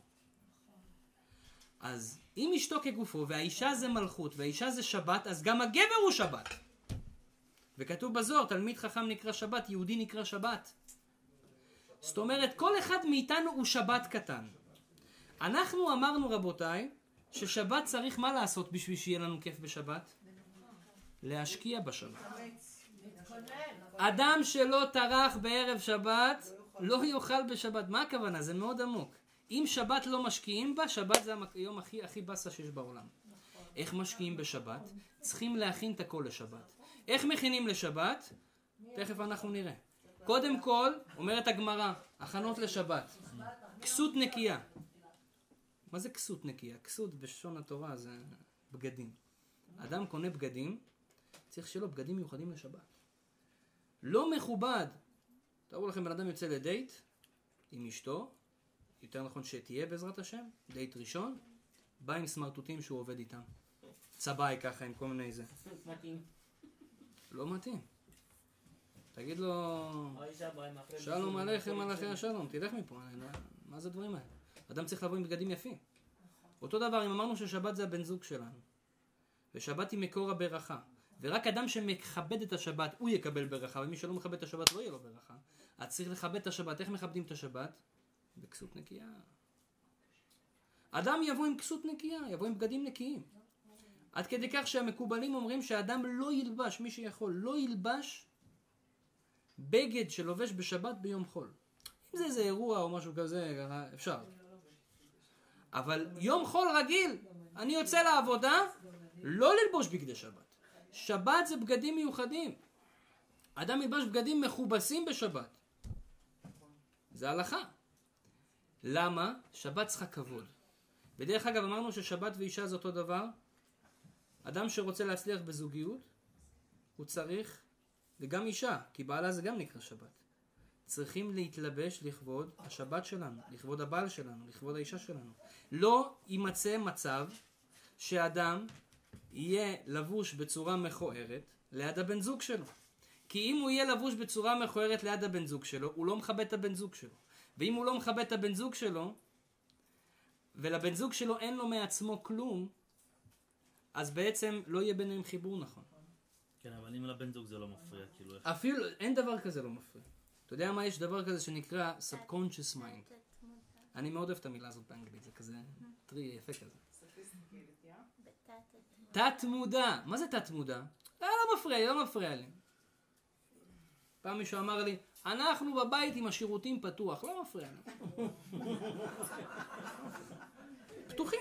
אז אם אשתו כגופו, והאישה זה מלכות, והאישה זה שבת, אז גם הגבר הוא שבת. וכתוב בזוהר, תלמיד חכם נקרא שבת, יהודי נקרא שבת. זאת אומרת, כל אחד מאיתנו הוא שבת קטן. אנחנו אמרנו, רבותיי, ששבת צריך מה לעשות בשביל שיהיה לנו כיף בשבת? להשקיע בשבת. אדם שלא טרח בערב שבת, לא יאכל בשבת. מה הכוונה? זה מאוד עמוק. אם שבת לא משקיעים בה, שבת זה היום הכי בסה שיש בעולם. איך משקיעים בשבת? צריכים להכין את הכל לשבת. איך מכינים לשבת? תכף אנחנו נראה. קודם כל, אומרת הגמרא, הכנות לשבת. כסות נקייה. מה זה כסות נקייה? כסות בשון התורה זה בגדים. אדם קונה בגדים, צריך שלו בגדים מיוחדים לשבת. לא מכובד. תראו לכם, בן אדם יוצא לדייט עם אשתו, יותר נכון שתהיה בעזרת השם, דייט ראשון, בא עם סמרטוטים שהוא עובד איתם. צבאי ככה עם כל מיני זה. מתאים. לא מתאים. תגיד לו, שלום עליכם מלאכי השלום, תלך מפה. מה זה הדברים האלה? אדם צריך לבוא עם בגדים יפים. אותו דבר, אם אמרנו ששבת זה הבן זוג שלנו, ושבת היא מקור הברכה, ורק אדם שמכבד את השבת הוא יקבל ברכה, ומי שלא מכבד את השבת לא יהיה לו ברכה. אז צריך לכבד את השבת. איך מכבדים את השבת? בכסות נקייה. אדם יבוא עם כסות נקייה, יבוא עם בגדים נקיים. עד כדי כך שהמקובלים אומרים שהאדם לא ילבש, מי שיכול, לא ילבש בגד שלובש בשבת ביום חול. אם זה איזה אירוע או משהו כזה, אפשר. אבל יום חול רגיל, אני יוצא לעבודה, לא ללבוש בגדי שבת. שבת זה בגדים מיוחדים. אדם ילבש בגדים מכובסים בשבת. זה הלכה. למה? שבת צריכה כבוד. בדרך אגב אמרנו ששבת ואישה זה אותו דבר. אדם שרוצה להצליח בזוגיות, הוא צריך, וגם אישה, כי בעלה זה גם נקרא שבת. צריכים להתלבש לכבוד השבת שלנו, לכבוד הבעל שלנו, לכבוד האישה שלנו. לא יימצא מצב שאדם יהיה לבוש בצורה מכוערת ליד הבן זוג שלו. כי אם הוא יהיה לבוש בצורה מכוערת ליד הבן זוג שלו, הוא לא מכבד את הבן זוג שלו. ואם הוא לא מכבד את הבן זוג שלו, ולבן זוג שלו אין לו מעצמו כלום, אז בעצם לא יהיה ביניהם חיבור נכון. כן, אבל אם לבן זוג זה לא מפריע, כאילו... אפילו, אין דבר כזה לא מפריע. אתה יודע מה? יש דבר כזה שנקרא subconscious mind. אני מאוד אוהב את המילה הזאת באנגלית, זה כזה טרי יפה כזה. תת מודע. מה זה תת מודע? לא מפריע לי, לא מפריע לי. פעם מישהו אמר לי, אנחנו בבית עם השירותים פתוח, לא מפריע לנו. פתוחים.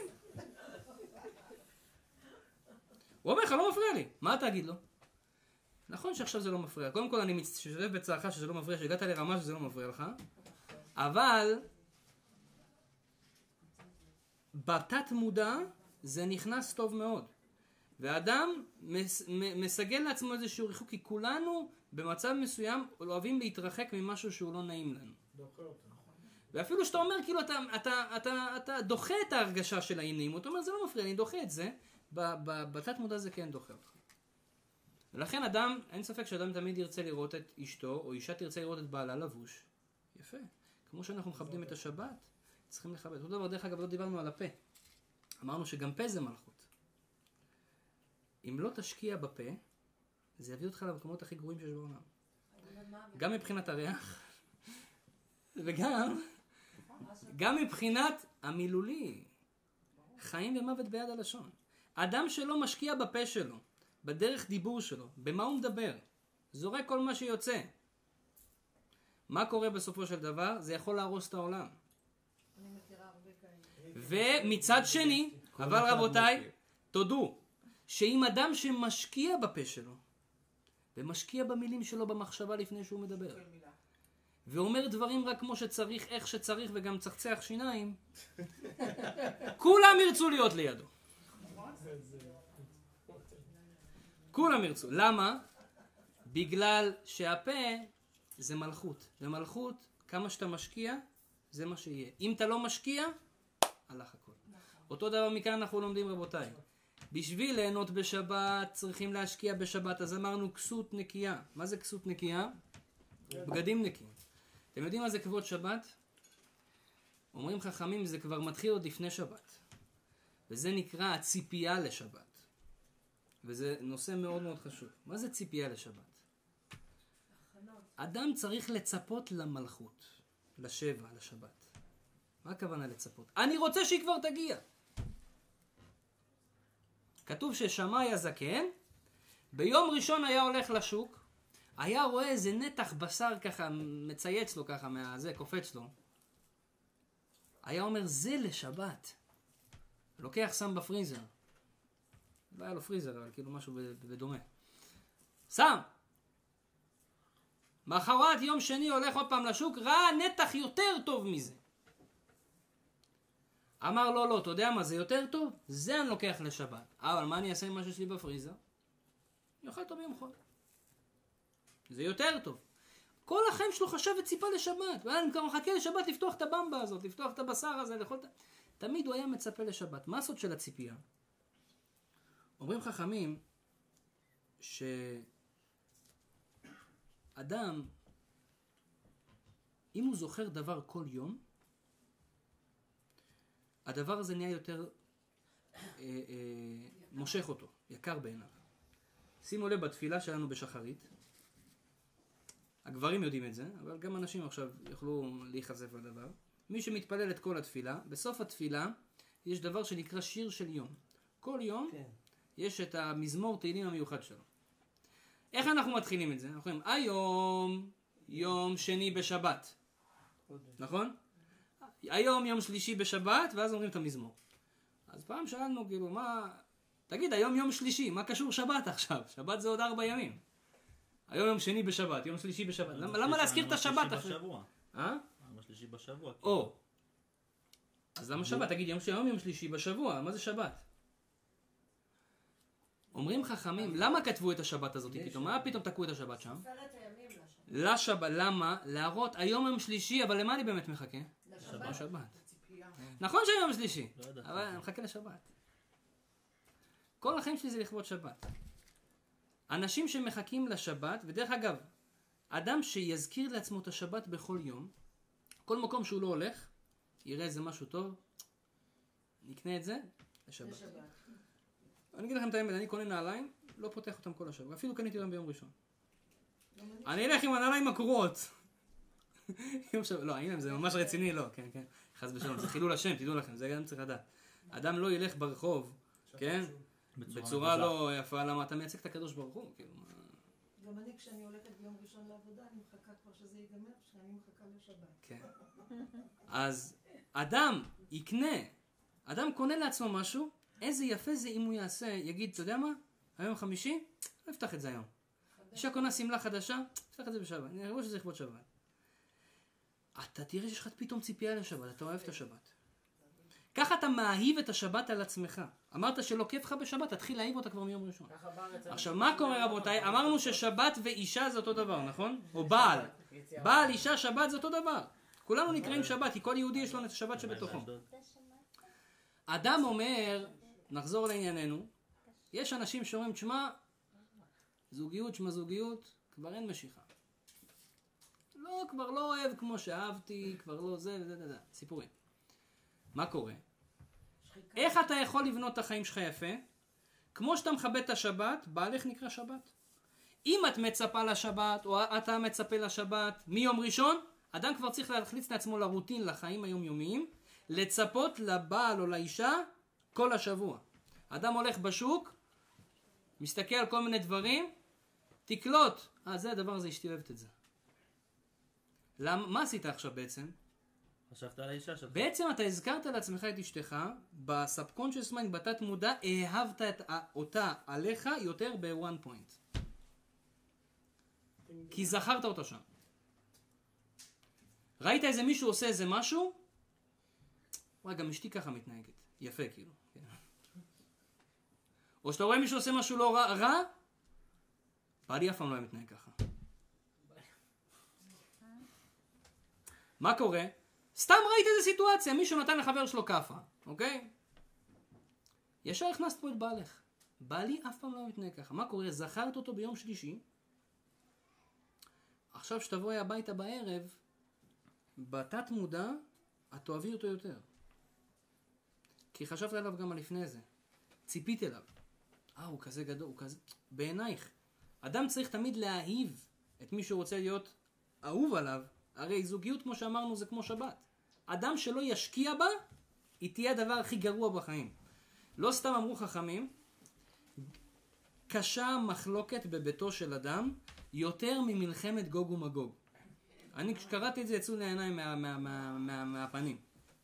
הוא אומר לך, לא מפריע לי. מה אתה תגיד לו? נכון שעכשיו זה לא מפריע. קודם כל אני משתתף בצערך שזה לא מפריע, שהגעת לרמה שזה לא מפריע לך. אבל בתת מודע זה נכנס טוב מאוד. ואדם מסגל לעצמו איזשהו ריחוק, כי כולנו במצב מסוים אוהבים להתרחק ממשהו שהוא לא נעים לנו. ואפילו שאתה אומר, כאילו אתה דוחה את ההרגשה של העניינים, אתה אומר, זה לא מפריע, אני דוחה את זה, בתת מודע זה כן דוחה אותך. ולכן אדם, אין ספק שאדם תמיד ירצה לראות את אשתו, או אישה תרצה לראות את בעלה לבוש. יפה. כמו שאנחנו מכבדים את השבת, צריכים לכבד. אותו דבר, דרך אגב, לא דיברנו על הפה. אמרנו שגם פה זה מלכות. אם לא תשקיע בפה, זה יביא אותך למקומות הכי גרועים שיש בעולם. גם מבחינת הריח, וגם מבחינת המילולי. חיים ומוות ביד הלשון. אדם שלא משקיע בפה שלו, בדרך דיבור שלו, במה הוא מדבר, זורק כל מה שיוצא. מה קורה בסופו של דבר? זה יכול להרוס את העולם. אני מכירה הרבה כאלה. ומצד שני, אבל רבותיי, תודו, שאם אדם שמשקיע בפה שלו, ומשקיע במילים שלו במחשבה לפני שהוא מדבר, ואומר דברים רק כמו שצריך, איך שצריך, וגם צחצח שיניים, כולם ירצו להיות לידו. כולם ירצו. למה? בגלל שהפה זה מלכות. ומלכות, כמה שאתה משקיע, זה מה שיהיה. אם אתה לא משקיע, הלך הכל. אותו דבר מכאן אנחנו לומדים, רבותיי. בשביל ליהנות בשבת, צריכים להשקיע בשבת. אז אמרנו כסות נקייה. מה זה כסות נקייה? בגדים נקיים. אתם יודעים מה זה כבוד שבת? אומרים חכמים, זה כבר מתחיל עוד לפני שבת. וזה נקרא הציפייה לשבת. וזה נושא מאוד מאוד חשוב. מה זה ציפייה לשבת? אדם צריך לצפות למלכות, לשבע, לשבת. מה הכוונה לצפות? אני רוצה שהיא כבר תגיע. כתוב ששמאי הזקן, ביום ראשון היה הולך לשוק, היה רואה איזה נתח בשר ככה, מצייץ לו ככה, מהזה, קופץ לו. היה אומר, זה לשבת. לוקח שם בפריזר. לא היה לו פריזר, אבל כאילו משהו בדומה. שם! מחרת יום שני הולך עוד פעם לשוק, ראה נתח יותר טוב מזה. אמר לו, לא, אתה יודע מה, זה יותר טוב? זה אני לוקח לשבת. אבל מה אני אעשה עם משהו שלי בפריזר? יאכל אותו ביום חול. זה יותר טוב. כל החיים שלו חשב וציפה לשבת. ואני כבר מחכה לשבת לפתוח את הבמבה הזאת, לפתוח את הבשר הזה, תמיד הוא היה מצפה לשבת. מה הסוד של הציפייה? אומרים חכמים שאדם, אם הוא זוכר דבר כל יום, הדבר הזה נהיה יותר מושך אותו, יקר בעיניו. שימו לב בתפילה שלנו בשחרית, הגברים יודעים את זה, אבל גם אנשים עכשיו יוכלו להיחשף לדבר. מי שמתפלל את כל התפילה, בסוף התפילה יש דבר שנקרא שיר של יום. כל יום יש את המזמור תהילים המיוחד שלו. איך אנחנו מתחילים את זה? אנחנו אומרים, היום יום שני בשבת. נכון? היום יום שלישי בשבת, ואז אומרים את המזמור. אז פעם שאלנו, כאילו, מה... תגיד, היום יום שלישי, מה קשור שבת עכשיו? שבת זה עוד 4 ימים. היום יום שני בשבת, יום שלישי בשבת. למה להזכיר את השבת אחרי? יום השלישי בשבוע. או. אז למה שבת? תגיד, יום שלישי בשבוע, מה זה שבת? אומרים חכמים, למה כתבו את השבת הזאת פתאום? מה פתאום תקעו את השבת שם? לשבת, למה? להראות, היום יום שלישי, אבל למה אני באמת מחכה? לשבת. נכון שהיום יום שלישי, אבל אני מחכה לשבת. כל החיים שלי זה לכבוד שבת. אנשים שמחכים לשבת, ודרך אגב, אדם שיזכיר לעצמו את השבת בכל יום, כל מקום שהוא לא הולך, יראה איזה משהו טוב, נקנה את זה לשבת. אני אגיד לכם את האמת, אני קונה נעליים, לא פותח אותם כל השבוע, אפילו קניתי אותם ביום ראשון. אני אלך עם הנעליים הקרועות. לא, הנה, זה ממש רציני, לא, כן, כן. חס ושלום, זה חילול השם, תדעו לכם, זה גם צריך לדעת. אדם לא ילך ברחוב, כן? בצורה לא יפה, למה אתה מייצג את הקדוש ברוך הוא, כאילו, גם אני, כשאני הולכת ביום ראשון לעבודה, אני מחכה כבר שזה ייגמר, שאני מחכה לשבת. כן. אז אדם יקנה, אדם קונה לעצמו משהו, איזה יפה זה אם הוא יעשה, יגיד, אתה יודע מה? היום חמישי, לא אפתח את זה היום. אישה קונה סמלה חדשה, אפתח את זה בשבת. אני רואה שזה לכבוד שבת. אתה תראה שיש לך פתאום ציפייה לשבת, אתה אוהב את השבת. ככה אתה מאהיב את השבת על עצמך. אמרת שלא כיף לך בשבת, תתחיל להאהיב אותה כבר מיום ראשון. עכשיו, מה קורה רבותיי? אמרנו ששבת ואישה זה אותו דבר, נכון? או בעל. בעל, אישה, שבת זה אותו דבר. כולנו נקראים שבת, כי כל יהודי יש לו את השבת שבתוכו. אדם אומר, נחזור לענייננו, יש אנשים שאומרים, תשמע, זוגיות, שמה זוגיות, כבר אין משיכה. לא, כבר לא אוהב כמו שאהבתי, כבר לא זה, סיפורים. מה קורה? איך אתה יכול לבנות את החיים שלך יפה? כמו שאתה מכבד את השבת, בעלך נקרא שבת. אם את מצפה לשבת, או אתה מצפה לשבת, מיום ראשון, אדם כבר צריך להחליץ לעצמו לרוטין, לחיים היומיומיים, לצפות לבעל או לאישה כל השבוע. אדם הולך בשוק, מסתכל על כל מיני דברים, תקלוט, זה הדבר הזה, אשתי אוהבת את זה. מה עשית עכשיו בעצם? חשבת על האישה שלך. בעצם אתה הזכרת לעצמך את אשתך, בסאבקונשיוס מיינד, בתת מודע, אהבת אותה עליך יותר ב-1 point. כי זכרת אותה שם. ראית איזה מישהו עושה איזה משהו? וואי, גם אשתי ככה מתנהגת. יפה כאילו. או שאתה רואה מישהו עושה משהו לא רע, בעלי אף פעם לא היה מתנהג ככה. מה קורה? סתם ראית איזה סיטואציה, מישהו נתן לחבר שלו כפה, אוקיי? ישר הכנסת פה את בעלך. בעלי אף פעם לא מתנהג ככה. מה קורה? זכרת אותו ביום שלישי. עכשיו שתבואי הביתה בערב, בתת מודע, את תאהבי אותו יותר. כי חשבת עליו גם לפני זה. ציפית אליו. הוא כזה גדול, הוא כזה... בעינייך. אדם צריך תמיד להאהיב את מי שרוצה להיות אהוב עליו. הרי זוגיות, כמו שאמרנו, זה כמו שבת. אדם שלא ישקיע בה, היא תהיה הדבר הכי גרוע בחיים. לא סתם אמרו חכמים, קשה מחלוקת בביתו של אדם יותר ממלחמת גוג ומגוג. אני כשקראתי את זה יצאו לעיניים מהפנים.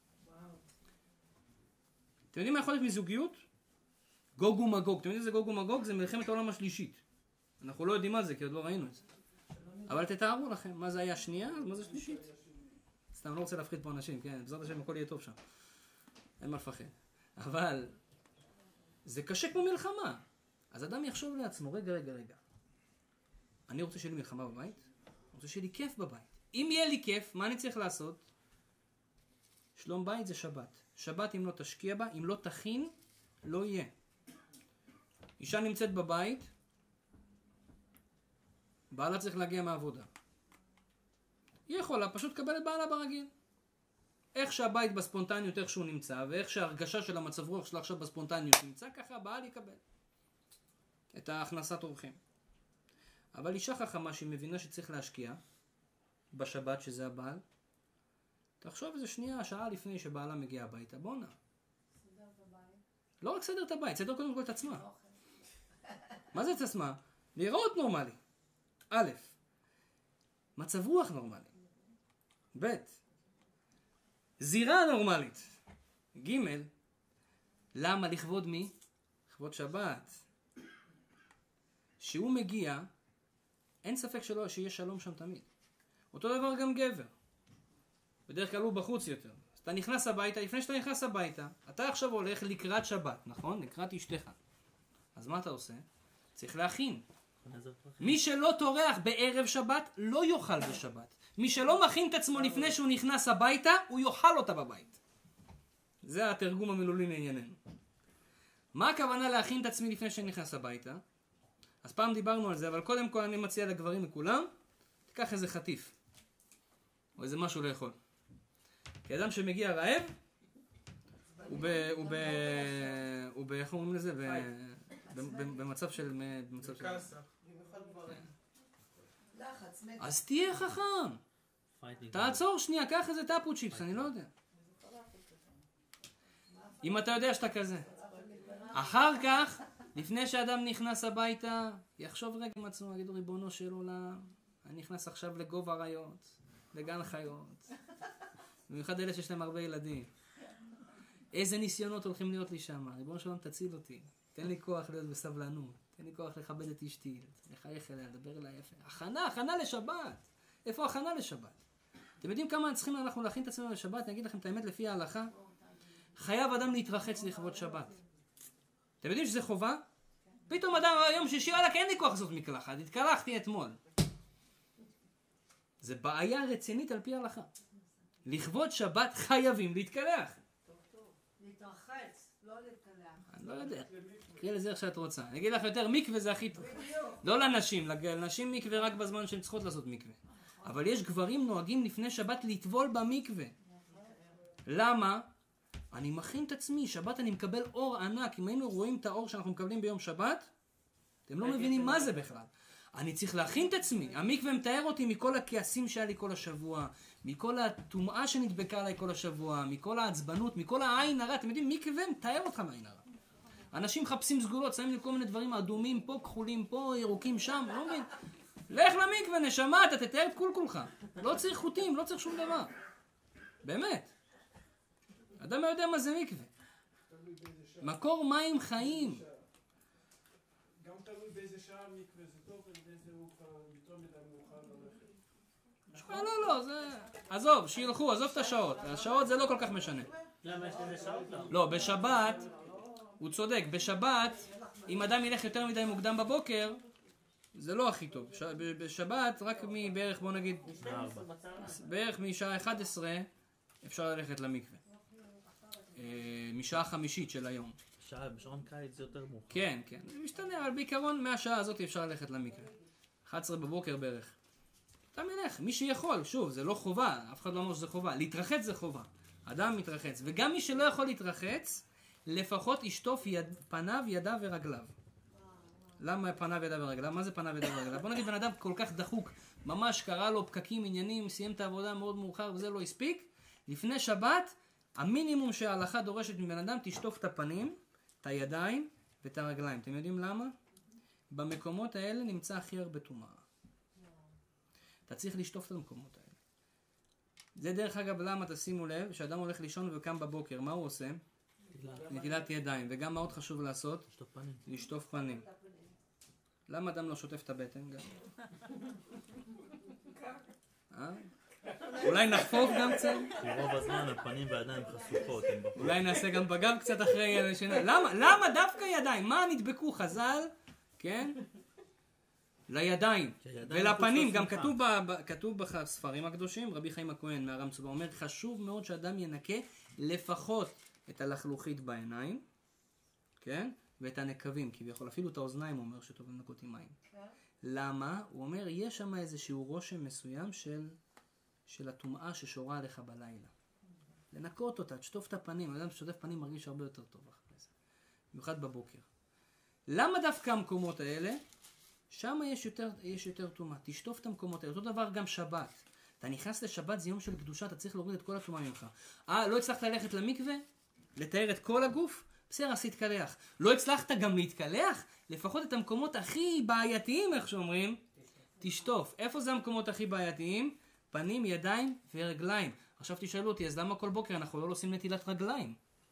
אתם יודעים מה יכול להיות מזוגיות? גוג ומגוג. אתם יודעים איזה גוג ומגוג? זה מלחמת העולם השלישית. אנחנו לא יודעים מה זה, כי עוד לא ראינו את זה. אבל תתארו לכם, מה זה היה שנייה, מה זה שלישית? סתם לא רוצה להפחיד פה אנשים, כן? בעזרת השם הכל יהיה טוב שם. אין מה לפחד. אבל זה קשה כמו מלחמה. אז אדם יחשוב לעצמו, רגע. אני רוצה שיהיה לי מלחמה בבית, אני רוצה שיהיה לי כיף בבית. אם יהיה לי כיף, מה אני צריך לעשות? שלום בית זה שבת. שבת אם לא תשקיע בה, אם לא תכין, לא יהיה. אישה נמצאת בבית, בעלה צריך להגיע מהעבודה. היא יכולה פשוט לקבל את בעלה ברגיל. איך שהבית בספונטניות, איך שהוא נמצא, ואיך שההרגשה של המצב רוח שלה עכשיו בספונטניות נמצא, ככה הבעל יקבל את ההכנסת אורחים. אבל אישה חכמה שהיא מבינה שצריך להשקיע בשבת שזה הבעל, תחשוב איזה שנייה, שעה לפני שבעלה מגיע הביתה, בוא נע. סדר את הבית. לא רק סדר את הבית, סדר קודם כל את עצמה. מה זה את עצמה? לראות נורמלי. א', מצב רוח נורמלי. ב', זירה נורמלית. ג', למה? לכבוד מי? לכבוד שבת. שהוא מגיע, אין ספק שיהיה שלום שם תמיד. אותו דבר גם גבר. בדרך כלל הוא בחוץ יותר. אז אתה נכנס הביתה, לפני שאתה נכנס הביתה, אתה עכשיו הולך לקראת שבת, נכון? לקראת אשתך. אז מה אתה עושה? צריך להכין. מי שלא טורח בערב שבת, לא יאכל בשבת. מי שלא מכין את עצמו לפני שהוא נכנס הביתה, הוא יאכל אותה בבית. זה התרגום המילולי לענייננו. מה הכוונה להכין את עצמי לפני שאני נכנס הביתה? אז פעם דיברנו על זה, אבל קודם כל אני מציע לגברים לכולם, תיקח איזה חטיף. או איזה משהו לאכול. כי אדם שמגיע רעב, הוא איך אומרים לזה? במצב של... אז תהיה חכם. תעצור שנייה, קח איזה טאפו צ'יפס, אני לא יודע. אם אתה יודע שאתה כזה. אחר כך, לפני שאדם נכנס הביתה, יחשוב רגע עם עצמו, יגידו ריבונו של עולם, אני נכנס עכשיו לגוב אריות, לגן חיות, במיוחד אלה שיש להם הרבה ילדים. איזה ניסיונות הולכים להיות לי שם? ריבונו של עולם תציל אותי, תן לי כוח להיות בסבלנות, תן לי כוח לכבד את אשתי, לחייך אליה, לדבר אליה יפה. הכנה לשבת. איפה הכנה לשבת? אתם יודעים כמה צריכים אנחנו להכין את עצמנו לשבת? אני אגיד לכם את האמת לפי ההלכה. חייב אדם להתרחץ לכבוד שבת. אתם יודעים שזה חובה? פתאום אדם יום שישי, כי אין לי כוח לעשות מקלחת, התקלחתי אתמול. זה בעיה רצינית על פי ההלכה. לכבוד שבת חייבים להתקלח. להתרחץ, לא להתקלח. אני לא יודע. תקראי לזה איך שאת רוצה. אני אגיד לך יותר, מקווה זה הכי טוב. לא לנשים, לנשים מקווה רק בזמן שהן צריכות לעשות מקווה. אבל יש גברים נוהגים לפני שבת לטבול במקווה. למה? אני מכין את עצמי, שבת אני מקבל אור ענק. אם היינו רואים את האור שאנחנו מקבלים ביום שבת, אתם לא מבינים מה זה בכלל. אני צריך להכין את עצמי. המקווה מתאר אותי מכל הכעסים שהיה לי כל השבוע, מכל הטומאה שנדבקה עליי כל השבוע, מכל העצבנות, מכל העין הרע. אתם יודעים, מקווה מתאר אותך מהעין הרע. אנשים מחפשים סגולות, שמים לי כל מיני דברים אדומים פה, כחולים פה, ירוקים שם, לא מבין. לך למקווה, נשמה, אתה תתאר את כולך. לא צריך חוטים, לא צריך שום דבר. באמת. אדם יודע מה זה מקווה. מקור מים חיים. גם תלוי באיזה שעה מקווה זה טוב, ובאיזה הוא כבר יותר מדי מאוחר ללכת. לא, זה... עזוב, שילכו, עזוב את השעות. השעות זה לא כל כך משנה. למה יש לזה שעות? לא, בשבת, הוא צודק, בשבת, אם אדם ילך יותר מדי מוקדם בבוקר, זה לא הכי טוב. בשבת, רק מבערך, בוא נגיד, בערך משעה 11, אפשר ללכת למקווה. משעה חמישית של היום. בשעון קיץ זה יותר מאוחר. כן, כן. זה משתנה, אבל בעיקרון מהשעה הזאת אפשר ללכת למקווה. 11 בבוקר בערך. אתה מלך, מי שיכול, שוב, זה לא חובה, אף אחד לא אומר שזה חובה. להתרחץ זה חובה. אדם מתרחץ. וגם מי שלא יכול להתרחץ, לפחות ישטוף פניו, ידיו ורגליו. למה פניו, ידיו ורגליו? מה זה פניו, ידיו ורגליו? בוא נגיד, בן אדם כל כך דחוק, ממש קרה לו פקקים, עניינים, סיים את העבודה מאוד מאוחר וזה לא הספיק. לפני שבת, המינימום שההלכה דורשת מבן אדם, תשטוף את הפנים, את הידיים ואת הרגליים. אתם יודעים למה? במקומות האלה נמצא הכי הרבה טומאה. אתה צריך לשטוף את המקומות האלה. זה דרך אגב למה תשימו לב, שאדם הולך לישון וקם בבוקר, מה הוא עושה? נטילת ידיים. וגם מאוד חשוב לעשות? לשטוף פנים. למה אדם לא שוטף את הבטן גם? אולי נחפוף גם קצת? רוב הזמן הפנים והידיים חשופות. אולי נעשה גם בגב קצת אחרי שינה. למה דווקא ידיים? מה נדבקו חז"ל? כן? לידיים ולפנים. גם כתוב בספרים הקדושים, רבי חיים הכהן מהר"ם צובא אומר, חשוב מאוד שאדם ינקה לפחות את הלחלוכית בעיניים, כן? ואת הנקבים, כביכול, אפילו את האוזניים הוא אומר שטוב לנקות עם מים. למה? הוא אומר, יש שם איזשהו רושם מסוים של הטומאה ששורה עליך בלילה. לנקות אותה, תשטוף את הפנים, אדם ששוטף פנים מרגיש הרבה יותר טוב אחרי זה. במיוחד בבוקר. למה דווקא המקומות האלה? שם יש יותר טומאה. תשטוף את המקומות האלה. אותו דבר גם שבת. אתה נכנס לשבת, זה יום של קדושה, אתה צריך להוריד את כל הטומאה ממך. לא הצלחת ללכת למקווה? לתאר את כל הגוף? בסדר, עשית קלח. לא הצלחת גם להתקלח? לפחות את המקומות הכי בעייתיים, איך שאומרים, תשטוף. איפה זה המקומות הכי בעייתיים? פנים, ידיים ורגליים. עכשיו תשאלו אותי, אז למה כל בוקר אנחנו לא עושים נטילת רגליים?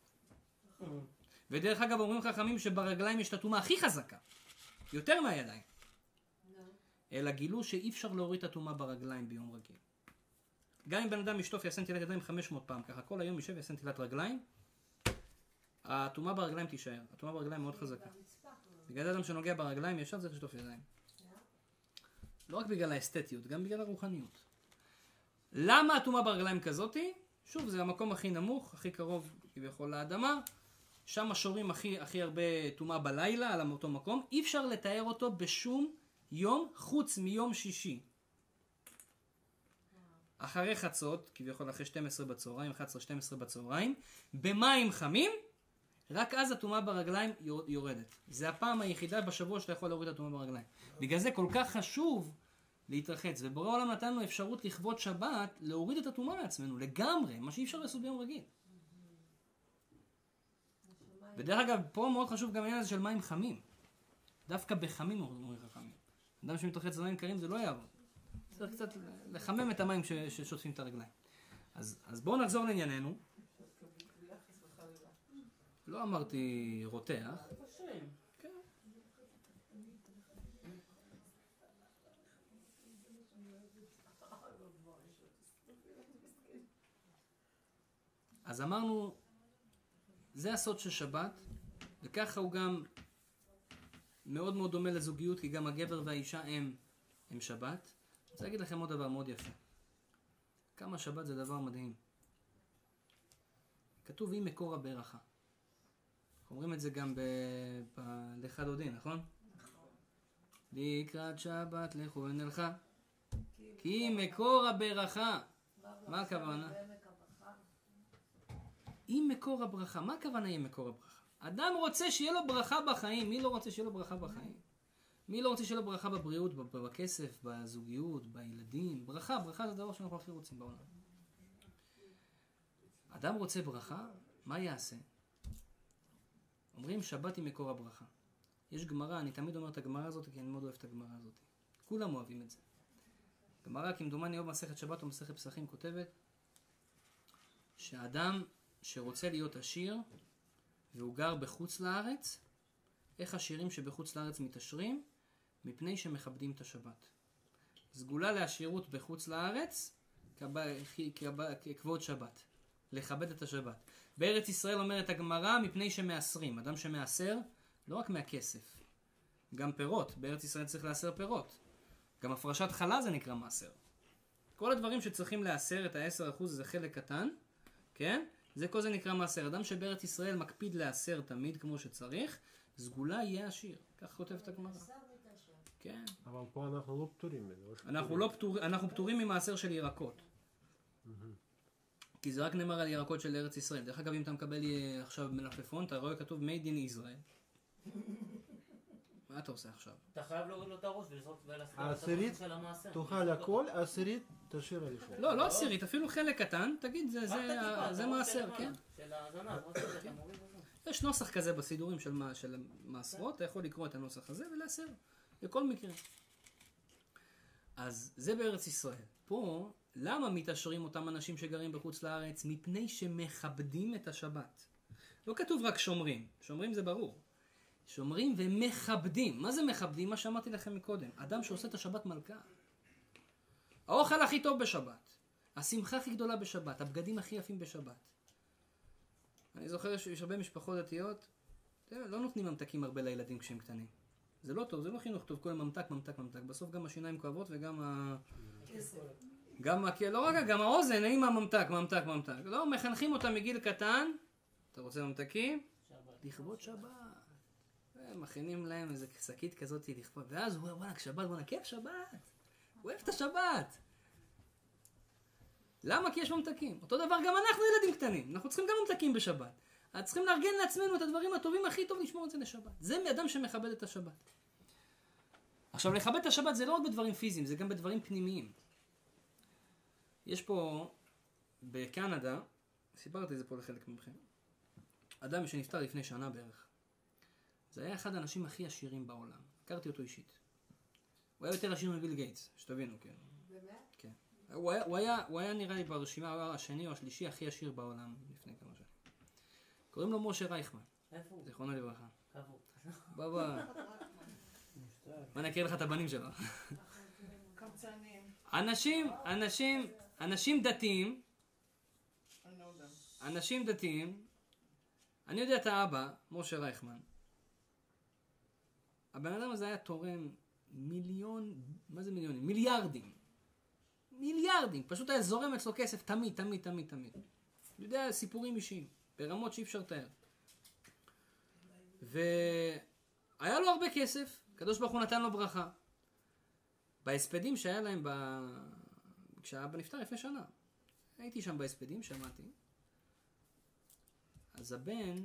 ודרך אגב אומרים חכמים שברגליים יש את הטומאה הכי חזקה. יותר מהידיים. אלא גילו שאי אפשר להוריד את הטומאה ברגליים ביום רגיל. גם אם בן אדם ישטוף יעשה נטילת ידיים 500 פעם, ככה כל היום ישב ויעשה נטילת רגליים, הטומאה ברגליים תישאר. הטומאה ברגליים מאוד חזקה. בגלל אדם שנוגע ברגליים ישר צריך לשטוף ידיים. לא רק בגלל האסתטיות, גם בגלל הרוחניות. למה הטומאה ברגליים כזאתי? שוב, זה המקום הכי נמוך, הכי קרוב כביכול לאדמה. שם שורים הכי הרבה טומאה בלילה על אותו מקום. אי אפשר לתאר אותו בשום יום חוץ מיום שישי. אחרי חצות, כביכול אחרי 12 בצהריים, 11-12 בצהריים, במים חמים, רק אז הטומאה ברגליים יורדת. זה הפעם היחידה בשבוע שאתה יכול להוריד את הטומאה ברגליים. בגלל זה כל כך חשוב להתרחץ. ובורא העולם נתן לנו אפשרות לכבוד שבת להוריד את הטומאה מעצמנו לגמרי, מה שאי אפשר לעשות ביום רגיל. ודרך אגב, פה מאוד חשוב גם העניין הזה של מים חמים. דווקא בחמים אומרים חכמים. אדם שמתרחץ במים קרים זה לא יעבוד. צריך קצת לחמם את המים ששוטפים את הרגליים. אז בואו נחזור לענייננו. לא אמרתי רותח. כן. אז אמרנו, זה הסוד של שבת, וככה הוא גם מאוד מאוד דומה לזוגיות, כי גם הגבר והאישה הם שבת. אני רוצה להגיד לכם עוד דבר מאוד יפה. כמה שבת זה דבר מדהים. כתוב היא מקור הברכה. אומרים את זה גם בלכה דודי, נכון? לקראת שבת לכו ונלכה, כי היא מקור הברכה. מה הכוונה? היא מקור הברכה. מה הכוונה היא מקור הברכה? אדם רוצה שיהיה לו ברכה בחיים. מי לא רוצה שיהיה לו ברכה בחיים? מי לא רוצה שיהיה לו ברכה בבריאות, בכסף, בזוגיות, בילדים? ברכה זה הדבר שאנחנו הכי רוצים בעולם. אדם רוצה ברכה, מה יעשה? אומרים שבת היא מקור הברכה. יש גמרא, אני תמיד אומר את הגמרא הזאת כי אני מאוד אוהב את הגמרא הזאת. כולם אוהבים את זה. גמרא, כמדומני, או מסכת שבת או מסכת פסחים, כותבת שאדם שרוצה להיות עשיר והוא גר בחוץ לארץ, איך השירים שבחוץ לארץ מתעשרים? מפני שמכבדים את השבת. סגולה לעשירות בחוץ לארץ ככבוד שבת. לכבד את השבת. בארץ ישראל אומרת הגמרא מפני שמאסרים. אדם שמאסר לא רק מהכסף, גם פירות. בארץ ישראל צריך לאסר פירות. גם הפרשת חלה זה נקרא מאסר. כל הדברים שצריכים לאסר את ה-10% זה חלק קטן, כן? כל זה נקרא מאסר. אדם שבארץ ישראל מקפיד לאסר תמיד כמו שצריך, סגולה יהיה עשיר. כך כותבת הגמרא. כן. אבל פה אנחנו לא פטורים מזה. אנחנו פטורים ממאסר של ירקות. כי זה רק נאמר על ירקות של ארץ ישראל. דרך אגב, אם אתה מקבל עכשיו מלפפון, אתה רואה כתוב made in Israel. מה אתה עושה עכשיו? אתה חייב להוריד לו את הראש העשירית, תאכל הכל, העשירית תשאיר הראשון. לא עשירית, אפילו חלק קטן, תגיד, זה מעשר, כן? של הזנב, יש נוסח כזה בסידורים של מעשרות, אתה יכול לקרוא את הנוסח הזה ולעשר, בכל מקרה. אז זה בארץ ישראל. פה, למה מתעשרים אותם אנשים שגרים בחוץ לארץ? מפני שמכבדים את השבת. לא כתוב רק שומרים, שומרים זה ברור. שומרים ומכבדים. מה זה מכבדים? מה שאמרתי לכם מקודם. אדם שעושה את השבת מלכה. האוכל הכי טוב בשבת. השמחה הכי גדולה בשבת. הבגדים הכי יפים בשבת. אני זוכר שיש הרבה משפחות דתיות, לא נותנים ממתקים הרבה לילדים כשהם קטנים. זה לא טוב, זה לא חינוך טוב, כל ממתק. בסוף גם השיניים כואבות וגם גם האוזן, עם ממתק. לא, מחנכים אותם מגיל קטן. אתה רוצה ממתקים? לכבוד שבת. מכינים להם איזה שקית כזאת לכבוד. ואז הוא אומר, שבת, כיף שבת. הוא אוהב את השבת. למה? כי יש ממתקים. אותו דבר גם אנחנו ילדים קטנים. אנחנו צריכים גם ממתקים בשבת. אז צריכים לארגן לעצמנו את הדברים הטובים הכי טוב לשמור את זה לשבת. זה אדם שמכבד את השבת. עכשיו, לכבד את השבת זה לא רק בדברים פיזיים, זה גם בדברים פנימיים. יש פה, בקנדה, סיפרתי את זה פה לחלק מכם, אדם שנפטר לפני שנה בערך. זה היה אחד האנשים הכי עשירים בעולם. הכרתי אותו אישית. הוא היה יותר עשיר מביל גייטס, שתבינו, כן. באמת? כן. הוא היה נראה לי ברשימה השני או השלישי הכי עשיר בעולם לפני כמה שנים. קוראים לו משה רייכמן. איפה הוא? זיכרונו לברכה. איפה? בוא. בוא נכיר לך את הבנים שלו. קמצנים. אנשים דתיים, אני יודע את האבא, משה רייכמן. הבן אדם הזה היה תורם מה זה מיליונים? מיליארדים. פשוט היה זורם אצלו כסף תמיד. אני יודע, סיפורים אישיים, ברמות שאי אפשר לתאר. והיה לו הרבה כסף, הקדוש ברוך הוא נתן לו ברכה. בהספדים שהיה להם כשהאבא נפטר לפני שנה. הייתי שם בהספדים, שמעתי. אז הבן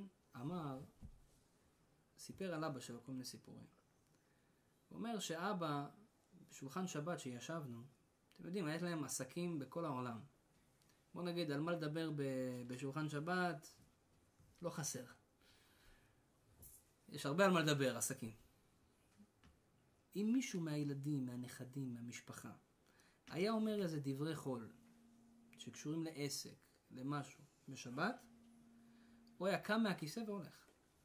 סיפר על אבא שלו כל מיני סיפורים. הוא אומר שאבא, בשולחן שבת שישבנו, אתם יודעים, היה להם עסקים בכל העולם. בוא נגיד, על מה לדבר בשולחן שבת, לא חסר. יש הרבה על מה לדבר, עסקים. אם מישהו מהילדים, מהנכדים, מהמשפחה, היה אומר איזה דברי חול, שקשורים לעסק, למשהו, בשבת, הוא היה קם מהכיסא והולך.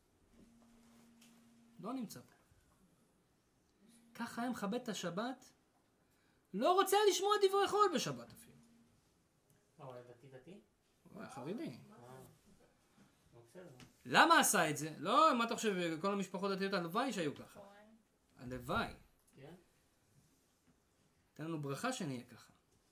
לא נמצא פה. ככה היה מכבד את השבת, לא רוצה לשמוע דברי חול בשבת אפילו. הוא היה דתי? הוא היה חרדי. בסדר. למה עשה את זה? לא, מה אתה חושב, כל המשפחות דתיות, הלוואי שהיו ככה. הלוואי. כן? תן לנו ברכה שנהיה ככה.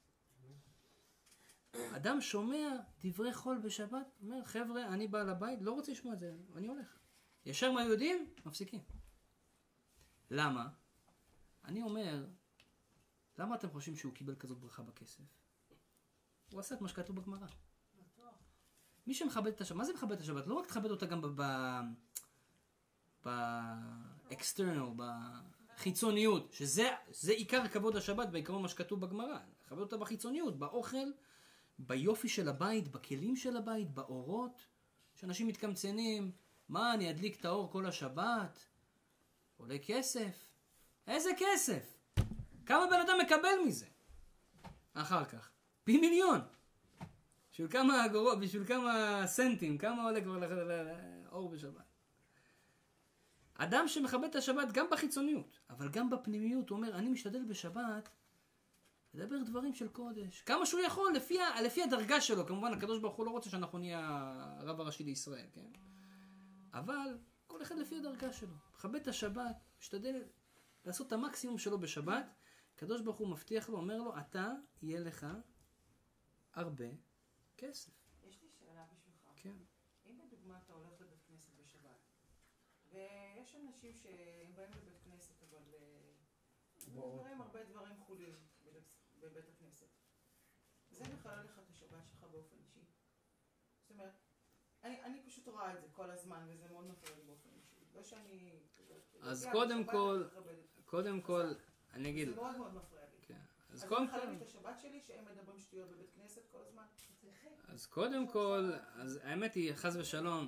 אדם שומע דברי חול בשבת, אומר, חבר'ה, אני בא לבית, לא רוצה לשמוע את זה, אני הולך. ישר מה יודעים? מפסיקים. למה? אני אומר, למה אתם חושבים שהוא קיבל כזאת ברכה בכסף? הוא עשה את מה שכתוב בגמרא. מי שמכבד את השבת, מה זה מכבד את השבת? לא רק תכבד אותה גם באקסטרנל, בחיצוניות, שזה עיקר כבוד השבת, בעיקרון מה שכתוב בגמרא. לכבד אותה בחיצוניות, באוכל, ביופי של הבית, בכלים של הבית, באורות, שאנשים מתקמצנים, מה, אני אדליק את האור כל השבת? עולה כסף. איזה כסף? כמה בן אדם מקבל מזה? אחר כך. פי מיליון. בשביל כמה אגורות, בשביל כמה סנטים, כמה עולה כבר לאור בשבת. אדם שמכבד את השבת גם בחיצוניות, אבל גם בפנימיות, הוא אומר, אני משתדל בשבת לדבר דברים של קודש. כמה שהוא יכול, לפי הדרגה שלו. כמובן, הקדוש ברוך הוא לא רוצה שאנחנו נהיה הרב הראשי לישראל, כן? אבל כל אחד לפי הדרגה שלו. מכבד את השבת, משתדל לעשות את המקסימום שלו בשבת. הקדוש ברוך הוא מבטיח לו, אומר לו, אתה יהיה לך הרבה כסף. יש לי שאלה בשבילך. כן. אם בדוגמה אתה הולך לבית כנסת בשבת, ויש אנשים שהם באים לבית כנסת, אבל אומרים הרבה דברים חולים בבית הכנסת. זה מחלל לך את השבת שלך באופן אישי. זאת אומרת, אני פשוט רואה את זה כל הזמן, וזה מאוד מפריע לי באופן אישי. לא שאני... אז קודם כל, אני אגיד... זה מאוד מאוד מפריע לי. כן. אז אני מחלל לי את השבת שלי, שהם מדברים שטויות בבית כנסת כל הזמן. אז קודם כל, אז האמת היא, חס ושלום,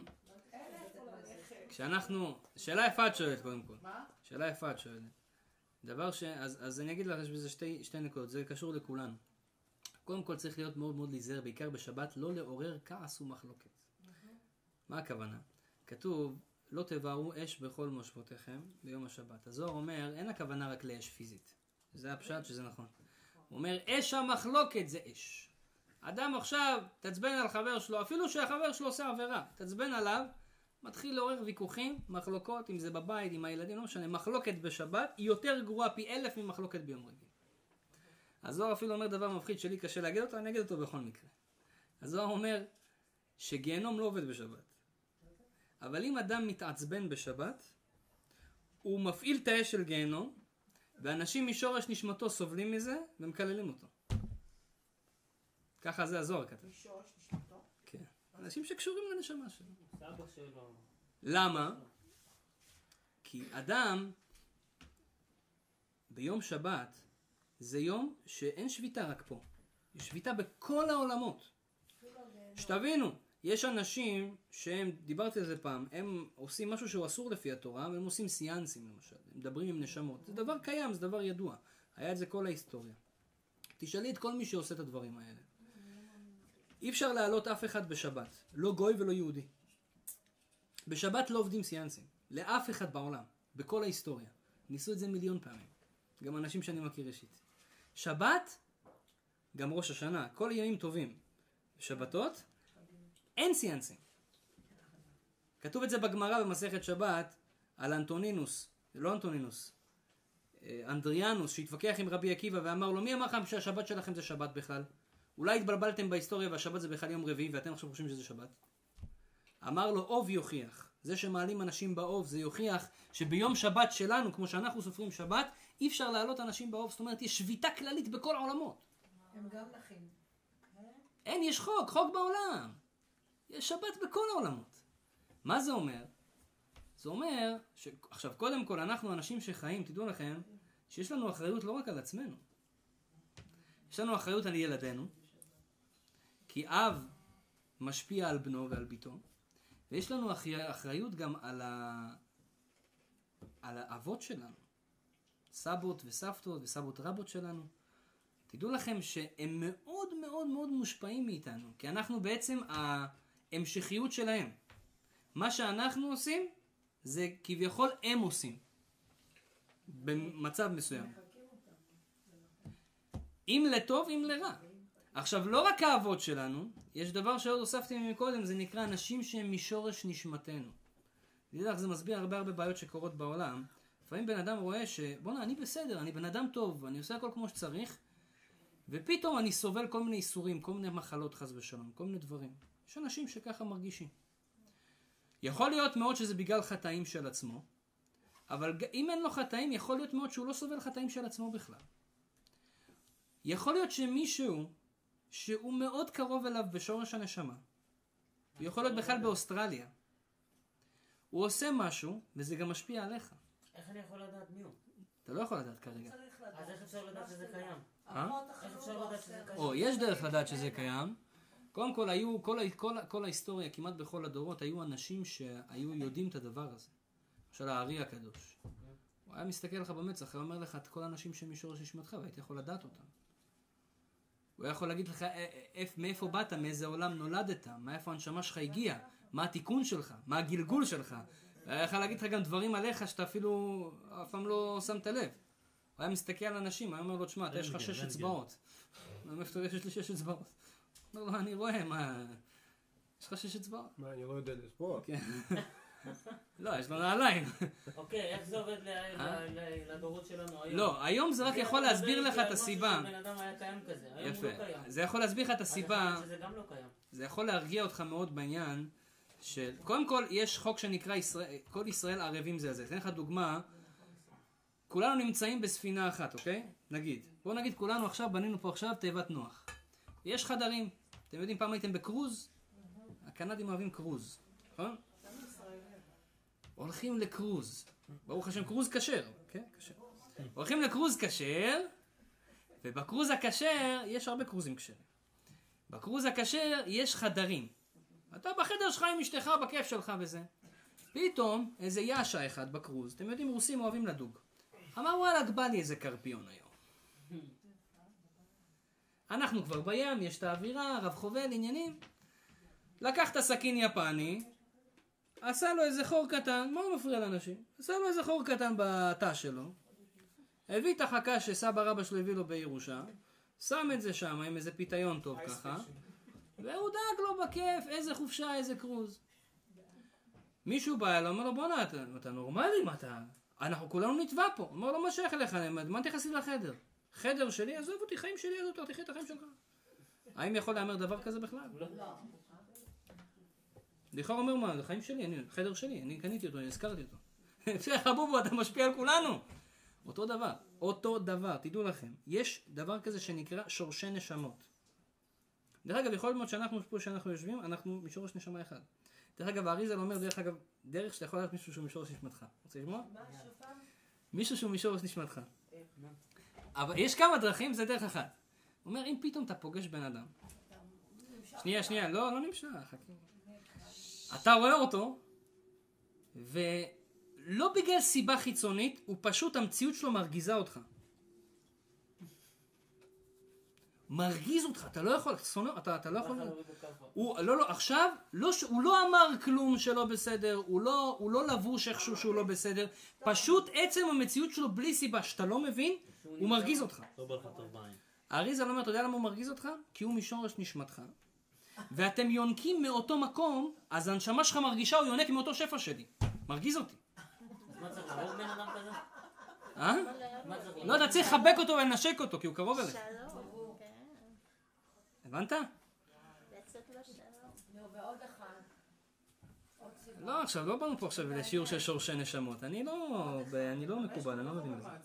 כשאנחנו... שאלה יפה את שואלת קודם כל. מה? שאלה יפה את שואלת. דבר אז אני אגיד לך, יש בזה שתי נקודות, זה קשור לכולנו. קודם כל צריך להיות מאוד מאוד להיזהר, בעיקר בשבת, לא לעורר כעס ומחלוקת. מה הכוונה? כתוב, לא תבערו אש בכל מושבותיכם ביום השבת. הזוהר אומר, אין הכוונה רק לאש פיזית. זה הפשט שזה נכון. הוא אומר, אש המחלוקת זה אש. אדם עכשיו תצבן על חבר שלו, אפילו שהחבר שלו עושה עבירה, תצבן עליו, מתחיל לעורר ויכוחים, מחלוקות, אם זה בבית, עם הילדים, לא משנה, מחלוקת בשבת היא יותר גרועה פי 1000 ממחלוקת ביום רגיל. הזוהר אפילו אומר דבר מפחיד שלי קשה להגיד אותו, אני אגיד אותו בכל מקרה. הזוהר אומר שגיהנום לא עובד בשבת. אבל אם אדם מתעצבן בשבת, הוא מפעיל את האש של גיהנום, ואנשים משורש נשמתו סובלים מזה ומקללים אותו. ככה זה הזוהר כתב. משורש נשמתו? כן. אנשים שקשורים לנשמה שלו. סבא שלו. למה? כי אדם ביום שבת זה יום שאין שביתה רק פה. יש שביתה בכל העולמות. שתבינו, יש אנשים שהם, דיברתי על זה פעם, הם עושים משהו שהוא אסור לפי התורה, והם עושים סיאנסים למשל, הם מדברים עם נשמות. זה דבר קיים, זה דבר ידוע. היה את זה כל ההיסטוריה. תשאלי את כל מי שעושה את הדברים האלה. אי אפשר להעלות אף אחד בשבת, לא גוי ולא יהודי. בשבת לא עובדים סיאנסים, לאף אחד בעולם, בכל ההיסטוריה. ניסו את זה מיליון פעמים, גם אנשים שאני מכיר אישית. שבת, גם ראש השנה, כל ימים טובים. שבתות, אין סיאנסים. כתוב את זה בגמרא במסכת שבת, על אנטונינוס, לא אנטונינוס, אנדריאנוס, שהתווכח עם רבי עקיבא ואמר לו, מי אמר לכם שהשבת שלכם זה שבת בכלל? אולי התבלבלתם בהיסטוריה והשבת זה בכלל יום רביעי ואתם עכשיו חושבים שזה שבת? אמר לו, אוב יוכיח. זה שמעלים אנשים באוב זה יוכיח שביום שבת שלנו, כמו שאנחנו סופרים שבת, אי אפשר להעלות אנשים באוב. זאת אומרת, יש שביתה כללית בכל העולמות. הם גם נחים. אין, יש חוק בעולם. יש שבת בכל העולמות. מה זה אומר? זה אומר, עכשיו קודם כל אנחנו אנשים שחיים, תדעו לכם, שיש לנו אחריות לא רק על עצמנו. יש לנו אחריות על ילדינו, כי אב משפיע על בנו ועל ביתו, ויש לנו אחריות גם על האבות שלנו. סבות וסבתות וסבות רבות שלנו. תדעו לכם שהם מאוד מאוד מאוד מושפעים מאיתנו, כי אנחנו בעצם ההמשכיות שלהם. מה שאנחנו עושים, זה כביכול הם עושים. במצב מסוים. אם לטוב, אם לרע. עכשיו, לא רק האבות שלנו, יש דבר שעוד הוספתי מקודם, זה נקרא אנשים שהם משורש נשמתנו. זה מסביר הרבה בעיות שקורות בעולם. לפעמים בן אדם רואה בוא'נה, אני בסדר, אני בן אדם טוב, אני עושה הכל כמו שצריך, ופתאום אני סובל כל מיני איסורים, כל מיני מחלות חס ושלום, כל מיני דברים. יש אנשים שככה מרגישים. יכול להיות מאוד שזה בגלל חטאים של עצמו, אבל אם אין לו חטאים, יכול להיות מאוד שהוא לא סובל חטאים של עצמו בכלל. יכול להיות שמישהו שהוא מאוד קרוב אליו בשורש הנשמה, יכול להיות בכלל באוסטרליה, הוא עושה משהו, וזה גם משפיע עליך. איך אני יכול לדעת מי הוא? אתה לא יכול לדעת כרגע. אז איך אפשר לדעת שזה קיים? איך אפשר לדעת שזה קיים? יש דרך לדעת שזה קיים. קודם כל, היו, כל ההיסטוריה, כמעט בכל הדורות, היו אנשים שהיו יודעים את הדבר הזה. למשל, הארי הקדוש. הוא היה מסתכל לך במצח, הוא אומר לך את כל האנשים שמשורש נשמתך, והיית יכול לדעת אותם. הוא יכול להגיד לך מאיפה באת, מאיזה עולם נולדת, מאיפה הנשמה שלך הגיעה, מה התיקון שלך, מה הגלגול שלך. הוא יכול להגיד לך גם דברים עליך שאתה אפילו אף פעם לא שמת לב. הוא היה מסתכל על אנשים, הוא אומר לו, תשמע, אתה יש לך 6 אצבעות. מאיפה יש לי 6 אצבעות? הוא אומר לו, אני רואה, מה... יש לך 6 אצבעות? מה, אני לא יודע לספור? לא, יש לו נעליים. אוקיי, איך זה עובד לדורות שלנו היום? לא, היום זה רק יכול להסביר לך את הסיבה. בן אדם היה קיים כזה, היום הוא לא קיים. זה יכול להסביר לך את הסיבה. שזה גם לא קיים. זה יכול להרגיע אותך מאוד בעניין של... קודם כל, יש חוק שנקרא כל ישראל ערבים זה. אתן לך דוגמה, כולנו נמצאים בספינה אחת, אוקיי? נגיד. בואו נגיד כולנו עכשיו, בנינו פה עכשיו תיבת נוח. יש חדרים. אתם יודעים, פעם הייתם בקרוז? הקנדים אוהבים קרוז, נכון? הולכים לקרוז. ברוך השם, קרוז כשר. כן, כשר. הולכים לקרוז כשר, ובקרוז הכשר יש הרבה קרוזים כשרים. בקרוז הכשר יש חדרים. אתה בחדר שלך עם אשתך, בכיף שלך וזה. פתאום איזה יאשה אחד בקרוז, אתם יודעים, רוסים אוהבים לדוג. אמר, וואלה, בא לי איזה קרפיון היום. אנחנו כבר בים, יש את האווירה, רב חובל, עניינים. לקח את הסכין יפני, עשה לו איזה חור קטן, מה הוא מפריע לאנשים? עשה לו איזה חור קטן בתא שלו, הביא את החכה שסבא רבא שלו הביא לו בירושה, שם את זה שם עם איזה פיתיון טוב ככה, והוא דאג לו בכיף, איזה חופשה, איזה קרוז. מישהו בא אליו, אומר לו, בוא אתה נורמלי, מה אתה? אנחנו כולנו נטבע פה. אומר לו, מה שייך אליך? מה תכנסי לחדר? חדר שלי, עזוב אותי, חיים שלי, עזוב אותי, תחי את החיים שלך. האם יכול לאמר דבר כזה בכלל? לא. לכאורה אומר מה, זה חיים שלי, חדר שלי, אני קניתי אותו, אני הזכרתי אותו. בסדר, חבובו, אתה משפיע על כולנו. אותו דבר, תדעו לכם. יש דבר כזה שנקרא שורשי נשמות. דרך אגב, יכול להיות שאנחנו פה, שאנחנו יושבים, אנחנו משורש נשמה אחד. דרך אגב, האריזל אומר, דרך שאתה יכול לדעת מישהו שהוא משורש נשמתך. רוצה לשמוע? מישהו שהוא משורש נשמתך. אבל יש כמה דרכים, זה דרך אחת. הוא אומר, אם פתאום אתה פוגש בן אדם. שנייה, לא נמשך, חכה. אתה רואה אותו, ולא בגלל סיבה חיצונית, הוא פשוט, המציאות שלו מרגיזה אותך. מרגיז אותך, אתה לא יכול, אתה לא יכול. עכשיו, הוא לא אמר כלום שלא בסדר, הוא לא לבוש איכשהו שהוא לא בסדר, פשוט עצם המציאות שלו בלי סיבה שאתה לא מבין, הוא מרגיז אותך. לא בא לך טוב בעין. האריזל אומר, אתה יודע למה הוא מרגיז אותך? כי הוא משורש נשמתך. ואתם יונקים מאותו מקום, אז הנשמה שלך מרגישה, הוא יונק מאותו שפע שלי. מרגיז אותי. מה צריך להרוג בן אדם כזה? לא, אתה צריך לחבק אותו ולנשק אותו, כי הוא קרוב אליך. הבנת? לא, עכשיו, לא באנו פה עכשיו לשיעור של שורשי נשמות. אני לא מקובל, אני לא מבין את זה.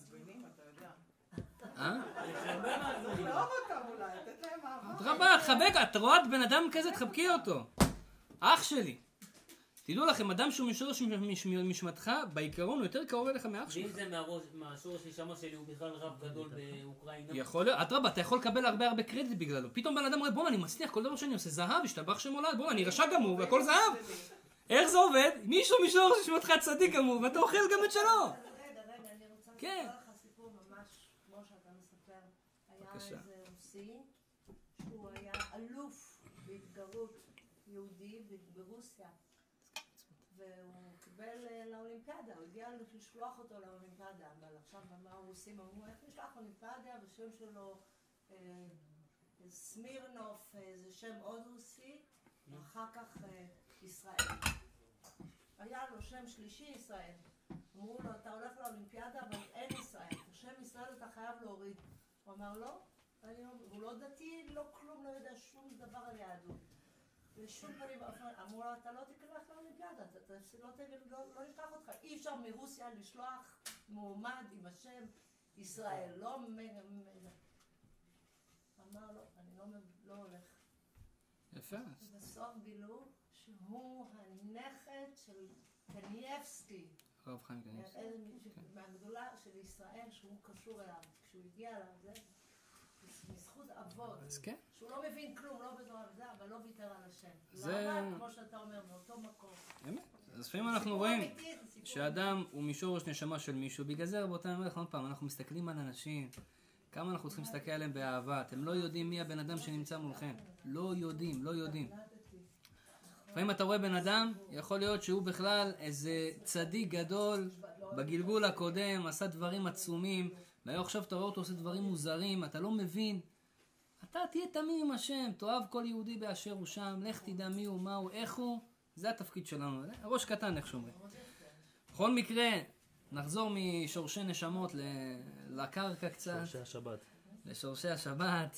רבה, תחבק, את רואה את בן אדם כזה, תחבקי אותו. אח שלי. תדעו לכם, אדם שהוא משורש נשמתך, בעיקרון הוא יותר קרוב אליך מאח שלך. ואם זה מהשורש נשמה שלי, הוא בכלל רב גדול באוקראינה. יכול להיות, אדרבה, אתה יכול לקבל הרבה קרדיט בגללו. פתאום בן אדם אומר, בוא, אני מצליח, כל דבר שאני עושה זהב, השתבח שמולד, בוא, אני רשע גמור, והכל זהב. איך זה עובד? מישהו משורש נשמתך צדיק גמור, ואתה אוכל גם את שלו. רגע, אני רוצה לספר לך סיפור כמו שאתה מספר, היה בבקשה. איזה רוסי, שהוא היה אלוף בהתגרות יהודי ברוסיה, והוא קיבל לאולימפיאדה, הוא הגיע לשלוח אותו לאולימפיאדה, אבל עכשיו מה הרוסים אמרו, איך נשלח אולימפיאדה, ושם שלו סמירנוף, זה שם עוד רוסי, ואחר כך ישראל. היה לו שם שלישי ישראל. אמרו לו, אתה הולך לאולימפיאדה, אבל אין ישראל. את השם ישראל אתה חייב להוריד. הוא אמר, לא, הוא לא דתי, לא כלום, לא יודע שום דבר על יהדות. ושום פנים, אמרו לו, אתה לא תלך לאולימפיאדה, לא נשלח אותך. אי אפשר מרוסיה לשלוח מועמד עם השם ישראל. לא אמר לו, אני לא הולך. יפה. בסוף גילו שהוא הנכד של קניאבסקי. הרב חיים קניאבסקי. מהגדולה של ישראל שהוא קשור אליו. כשהוא הגיע אליו, זה בזכות אבות. אז כן. שהוא לא מבין כלום, לא בתורה וזה, אבל לא ויתר על השם. זה... למה, כמו שאתה אומר, באותו מקום. אמת. אז לפעמים אנחנו רואים שאדם הוא משורש נשמה של מישהו. בגלל זה רבותיי, אני אומר לך עוד פעם, אנחנו מסתכלים על אנשים. כמה אנחנו צריכים להסתכל עליהם באהבה. אתם לא יודעים מי הבן אדם שנמצא מולכם. לא יודעים, לא יודעים. לפעמים אתה רואה בן אדם, יכול להיות שהוא בכלל איזה צדיק גדול בגלגול הקודם, עשה דברים עצומים, והיום עכשיו אתה רואה אותו עושה דברים מוזרים, אתה לא מבין. אתה תהיה תמים עם השם, תאהב כל יהודי באשר הוא שם, לך תדע מי הוא, מה הוא, איך הוא, זה התפקיד שלנו, ראש קטן איך שאומרים. בכל מקרה, נחזור משורשי נשמות לקרקע קצת. שורשי השבת. לשורשי השבת.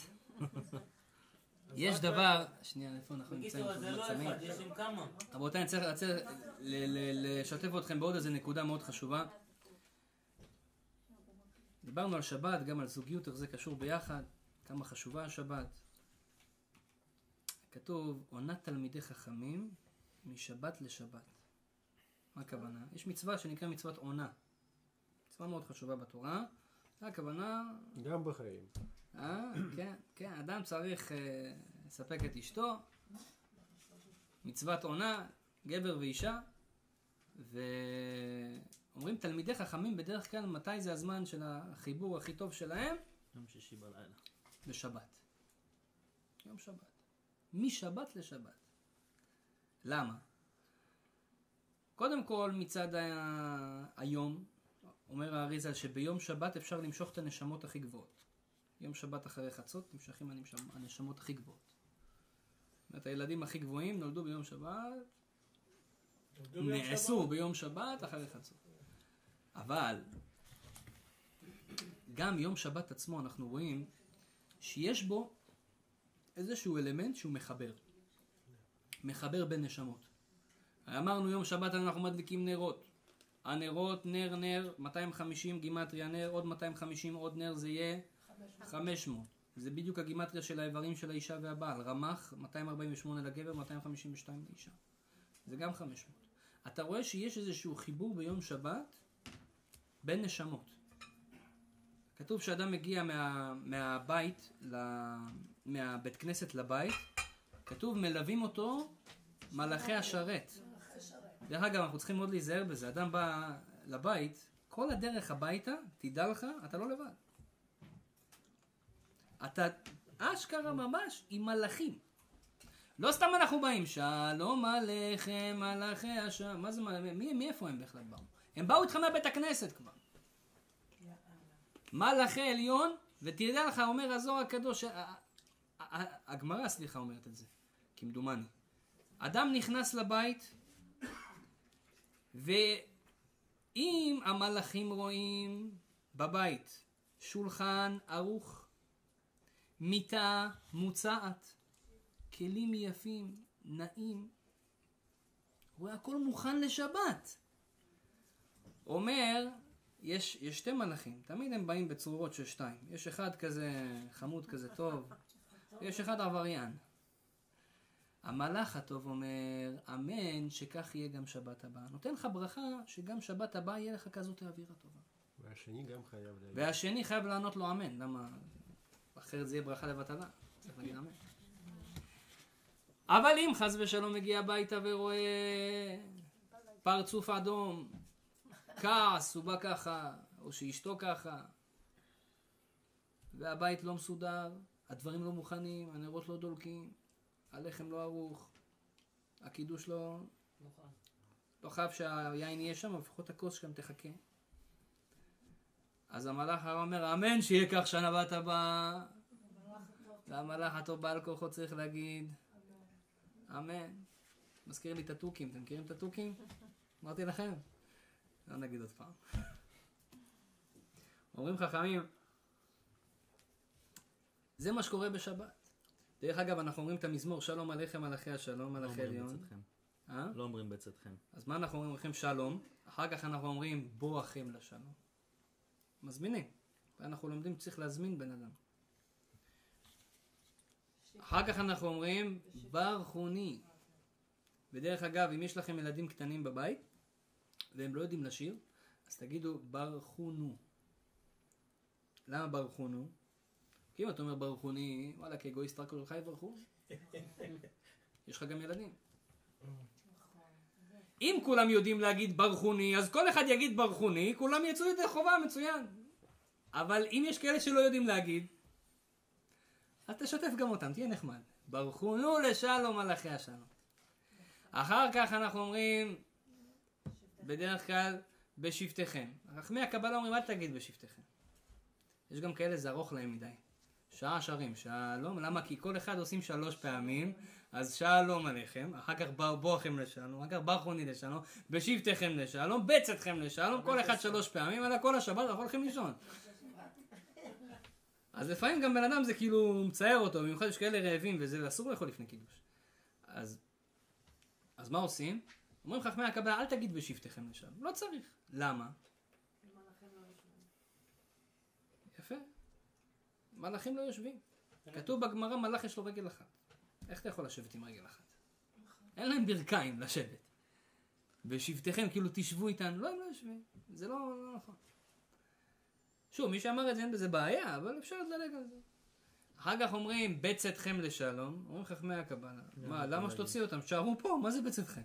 יש דבר, שנייה, איפה אנחנו נמצאים? בקיצור, זה לא אחד, יש עם כמה. רבותיי, אני צריך לשתף אתכם בעוד איזה נקודה מאוד חשובה. דיברנו על שבת, גם על זוגיות, איך זה קשור ביחד, כמה חשובה השבת. כתוב, עונת תלמידי חכמים משבת לשבת. מה הכוונה? יש מצווה שנקרא מצוות עונה. מצווה מאוד חשובה בתורה. זה הכוונה... גם בחיים. כן, כן, אדם צריך לספק את אשתו, מצוות עונה, גבר ואישה, ואומרים תלמידי חכמים בדרך כלל מתי זה הזמן של החיבור הכי טוב שלהם? יום שישי בלילה. בשבת. יום שבת. משבת לשבת. למה? קודם כל מצד היום, אומר האריז"ל שביום שבת אפשר למשוך את הנשמות הכי גבוהות. יום שבת אחרי חצות נמשכים הנשמות הכי גבוהות. זאת אומרת, הילדים הכי גבוהים נולדו ביום שבת, נעשו ביום שבת אחרי חצות. אבל גם יום שבת עצמו אנחנו רואים שיש בו איזשהו אלמנט שהוא מחבר בין נשמות. אמרנו יום שבת אנחנו מדליקים נרות. הנרות, נר, 250 גימטריה נר, עוד 250 עוד נר, זה יהיה 500. זה בדיוק הגימטריה של האיברים של האישה והבעל. רמ"ח, 248 לגבר, 252 לאישה. זה גם 500. אתה רואה שיש איזשהו חיבור ביום שבת בין נשמות. כתוב שאדם מגיע מהבית, מהבית כנסת לבית, כתוב מלווים אותו מלאכי השרת. דרך אגב, אנחנו צריכים מאוד להיזהר בזה. אדם בא לבית, כל הדרך הביתה, תדע לך, אתה לא לבד. אתה אשכרה ממש עם מלאכים. לא סתם אנחנו באים, שלום עליכם, מלאכי השם. מה זה, מאיפה הם בכלל באו? הם באו איתך מהבית הכנסת כבר. מלאכי עליון, ותדע לך, אומר הזוהר הקדוש, הגמרא, סליחה, אומרת את זה, כמדומני. אדם נכנס לבית, ואם המלאכים רואים בבית שולחן ערוך, מיטה מוצעת, כלים יפים, נעים, רואה הכל מוכן לשבת. אומר, יש שתי מלאכים, תמיד הם באים בצורות של שתיים. יש אחד כזה חמוד כזה טוב, יש אחד עבריין. המלאך הטוב אומר, אמן שכך יהיה גם שבת הבאה. נותן לך ברכה שגם שבת הבאה יהיה לך כזאת אווירה טובה. והשני גם חייב להגיד. והשני חייב לענות לו אמן. למה? אחרת זה יהיה ברכה לבטלה. צריך להגיד אמן. אבל אם חס ושלום מגיע הביתה ורואה פרצוף אדום, כעס, הוא בא ככה, או שאשתו ככה, והבית לא מסודר, הדברים לא מוכנים, הנרות לא דולקים, הלחם לא ערוך, הקידוש לא חייב שהיין יהיה שם, לפחות הכוס שם תחכה. אז המלאך הרע אומר, אמן שיהיה כך שנה בת הבאה. והמלאך הטוב בעל כוחו צריך להגיד, אמן. מזכיר לי את התוכים, אתם מכירים את התוכים? אמרתי לכם? לא נגיד עוד פעם. אומרים חכמים, זה מה שקורה בשבת. דרך אגב, אנחנו אומרים את המזמור, שלום עליכם מלאכי השלום, מלאכי עליון. לא אומרים בצאתכם. אז מה אנחנו אומרים לכם? שלום. אחר כך אנחנו אומרים בואכם לשלום. מזמינים. ואנחנו לומדים צריך להזמין בן אדם. אחר כך אנחנו אומרים ברכוני. ודרך אגב, אם יש לכם ילדים קטנים בבית והם לא יודעים לשיר, אז תגידו ברכונו. למה ברכונו? כי אם אתה אומר ברכוני, וואלה, כאגואיסט רק שלך יברכו. יש לך גם ילדים. אם כולם יודעים להגיד ברכוני, אז כל אחד יגיד ברכוני, כולם יצאו את החובה, מצוין. אבל אם יש כאלה שלא יודעים להגיד, אז תשתף גם אותם, תהיה נחמד. ברכונו לשלום מלאכי השלום. אחר כך אנחנו אומרים, בדרך כלל, בשבתכם. חכמי הקבלה אומרים, אל תגיד בשבתכם. יש גם כאלה, זה ארוך להם מדי. שעה שרים, שלום. למה? כי כל אחד עושים 3 פעמים, אז שלום עליכם, אחר כך בואכם לשלום, אחר כך ברכוני לשלום, בשבתכם לשלום, בצאתכם לשלום, כל אחד 3 פעמים, אלא כל השבת אנחנו הולכים לישון. אז לפעמים גם בן אדם זה כאילו מצייר אותו, במיוחד יש כאלה רעבים וזה אסור לאכול לפני קידוש. אז מה עושים? אומרים חכמי הקבלה, אל תגיד בשבתכם לשלום, לא צריך. למה? יפה. מלאכים לא יושבים. כתוב בגמרא מלאך יש לו רגל אחת. איך אתה יכול לשבת עם רגל אחת? אין להם ברכיים לשבת. בשבתכם כאילו תשבו איתנו. לא, הם לא יושבים. זה לא נכון. שוב, מי שאמר את זה אין בזה בעיה, אבל אפשר לדלג על זה. אחר כך אומרים בצאתכם לשלום. אומרים חכמי הקבלה. מה, למה שתוציא אותם? תשארו פה, מה זה בצאתכם?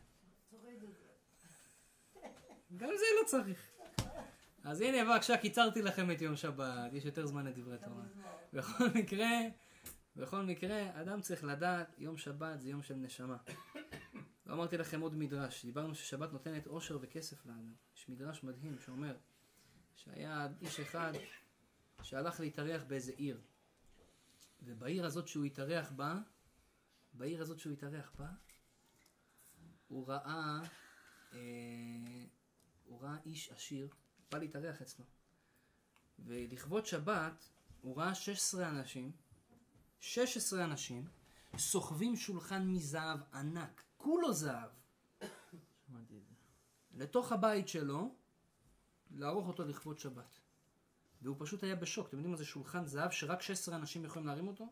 גם זה לא צריך. אז הנה בבקשה, קיצרתי לכם את יום שבת, יש יותר זמן לדברי תורה. בכל מקרה, אדם צריך לדעת, יום שבת זה יום של נשמה. לא אמרתי לכם עוד מדרש, דיברנו ששבת נותנת עושר וכסף לאדם. יש מדרש מדהים שאומר שהיה איש אחד שהלך להתארח באיזה עיר. ובעיר הזאת שהוא התארח בה, הוא ראה איש עשיר, בא להתארח אצלו. ולכבוד שבת, הוא ראה 16 אנשים, סוחבים שולחן מזהב ענק, כולו זהב, לתוך הבית שלו, לערוך אותו לכבוד שבת. והוא פשוט היה בשוק. אתם יודעים מה זה שולחן זהב שרק 16 אנשים יכולים להרים אותו?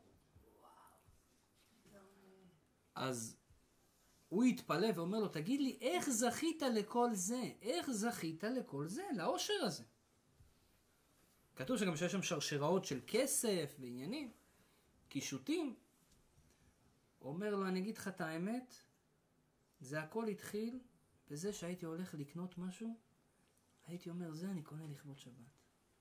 אז הוא התפלא ואומר לו, תגיד לי, איך זכית לכל זה? איך זכית לכל זה? לעושר הזה. כתוב שגם שיש שם שרשראות של כסף ועניינים, קישוטים. הוא אומר לו, אני אגיד לך את האמת, זה הכל התחיל בזה שהייתי הולך לקנות משהו, הייתי אומר, זה אני קונה לכבוד שבת.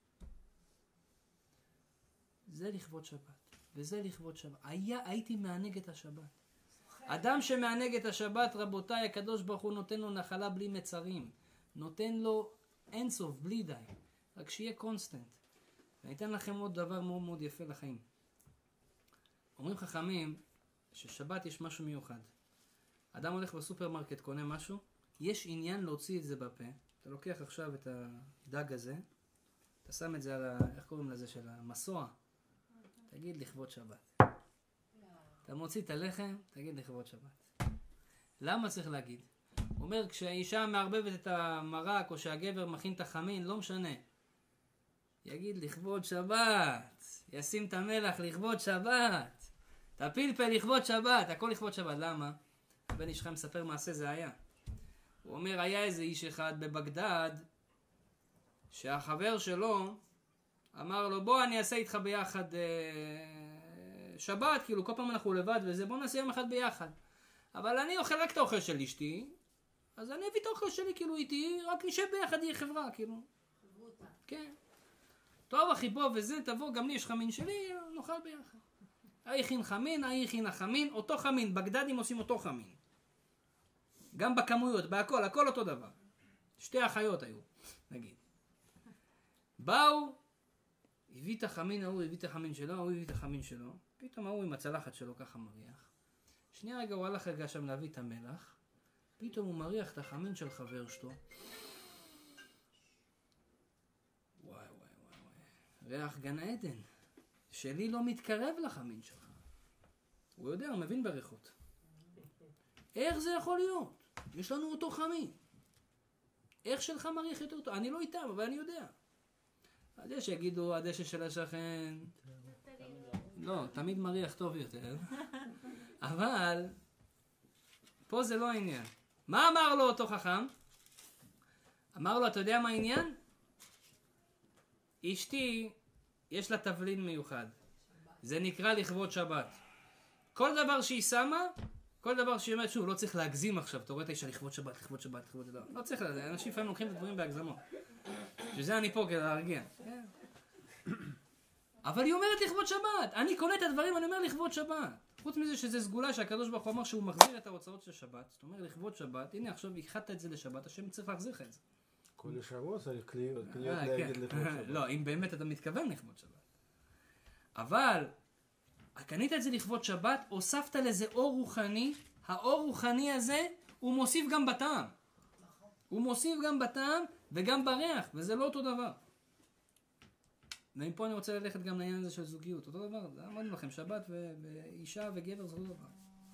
זה לכבוד שבת, וזה לכבוד שבת. הייתי מענג את השבת. אדם שמענג את השבת, רבותיי, הקדוש ברוך הוא נותן לו נחלה בלי מצרים. נותן לו אינסוף, בלי די. רק שיהיה קונסטנט. ואני אתן לכם עוד דבר מאוד מאוד יפה לחיים. אומרים חכמים ששבת יש משהו מיוחד. אדם הולך בסופרמרקט, קונה משהו, יש עניין להוציא את זה בפה. אתה לוקח עכשיו את הדג הזה, אתה שם את זה על איך קוראים לזה, של המסוע. תגיד לכבוד שבת. אתה מוציא את הלחם, תגיד לכבוד שבת. למה צריך להגיד? הוא אומר, כשהאישה מערבבת את המרק, או שהגבר מכין את החמין, לא משנה. יגיד לכבוד שבת. ישים את המלח לכבוד שבת. את הפלפל לכבוד שבת. הכל לכבוד שבת. למה? הבן איש חיים מספר מעשה זה היה. הוא אומר, היה איזה איש אחד בבגדד, שהחבר שלו אמר לו, בוא אני אעשה איתך ביחד שבת, כאילו כל פעם אנחנו לבד וזה, בוא נעשה יום אחד ביחד. אבל אני אוכל רק את האוכל של אשתי, אז אני אביא את האוכל שלי כאילו איתי, רק נשב ביחד, יהיה חברה, כאילו. חברותה. כן. טוב אחי בוא וזה, תבוא, גם לי יש חמין שלי, נאכל ביחד. היכין חמין, היכין החמין, אותו חמין, בגדדים עושים אותו חמין. גם בכמויות, בהכל, הכל אותו דבר. שתי אחיות היו, נגיד. באו, הביא את החמין, ההוא הביא את החמין שלו, ההוא הביא את החמין שלו, פתאום ההוא עם הצלחת שלו ככה מריח. שנייה רגע הוא הלך רגע שם להביא את המלח, פתאום הוא מריח את החמין של חבר שלו. וואי, ריח גן עדן. שלי לא מתקרב לחמין שלך. הוא יודע, הוא מבין בריחות. איך זה יכול להיות? יש לנו אותו חמין. איך שלך מריח יותר טוב? אני לא איתם, אבל אני יודע. אז יש שיגידו, הדשא של השכן... לא, תמיד מריח טוב יותר. אבל, פה זה לא העניין. מה אמר לו אותו חכם? אמר לו, אתה יודע מה העניין? אשתי, יש לה תבלין מיוחד. זה נקרא לכבוד שבת. כל דבר שהיא שמה, כל דבר שהיא אומרת, שוב, לא צריך להגזים עכשיו. אתה רואה את האישה לכבוד שבת, לכבוד שבת, לכבוד שבת. לא צריך לזה, אנשים לפעמים לוקחים את הדברים בהגזמות. שזה אני פה כדי להרגיע. אבל היא אומרת לכבוד שבת. אני קונה את הדברים, אני אומר לכבוד שבת. חוץ מזה שזה סגולה שהקדוש ברוך הוא אמר שהוא מחזיר את ההוצאות של שבת. זאת אומרת לכבוד שבת. הנה עכשיו הכחדת את זה לשבת, השם צריך להחזיר לך את זה. כל שבוע צריך להיות להגיד לכבוד שבת. לא, אם באמת אתה מתכוון לכבוד שבת. אבל, קנית את זה לכבוד שבת, הוספת לזה אור רוחני, האור רוחני הזה, הוא מוסיף גם בטעם. הוא מוסיף גם בטעם וגם בריח, וזה לא אותו דבר. ומפה אני רוצה ללכת גם לעניין הזה של זוגיות, אותו דבר, אמרנו לכם, שבת ואישה וגבר זה אותו דבר.